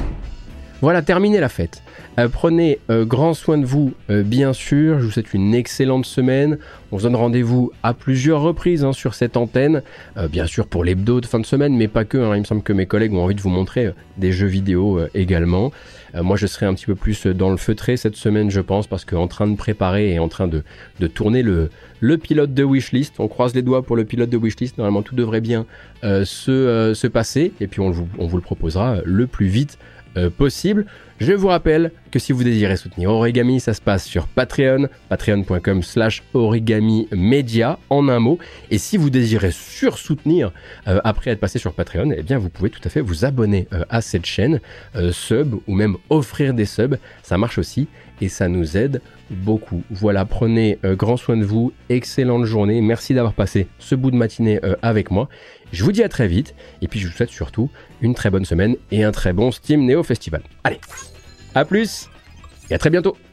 Voilà, terminez la fête. Prenez grand soin de vous, bien sûr. Je vous souhaite une excellente semaine. On se donne rendez-vous à plusieurs reprises sur cette antenne. Bien sûr pour l'hebdo de fin de semaine, mais pas que. Il me semble que mes collègues ont envie de vous montrer des jeux vidéo également. Moi, je serai un petit peu plus dans le feutré cette semaine, je pense, parce qu'en train de préparer et en train de tourner le pilote de Wishlist. On croise les doigts pour le pilote de Wishlist. Normalement, tout devrait bien se passer. Et puis, on vous le proposera le plus vite possible. Je vous rappelle que si vous désirez soutenir Origami, ça se passe sur Patreon, patreon.com/origamimedia en un mot. Et si vous désirez sursoutenir après être passé sur Patreon, eh bien vous pouvez tout à fait vous abonner à cette chaîne, sub ou même offrir des subs, ça marche aussi et ça nous aide beaucoup. Voilà, prenez grand soin de vous, excellente journée, merci d'avoir passé ce bout de matinée avec moi. Je vous dis à très vite et puis je vous souhaite surtout une très bonne semaine et un très bon Steam Neo Festival. Allez, à plus et à très bientôt.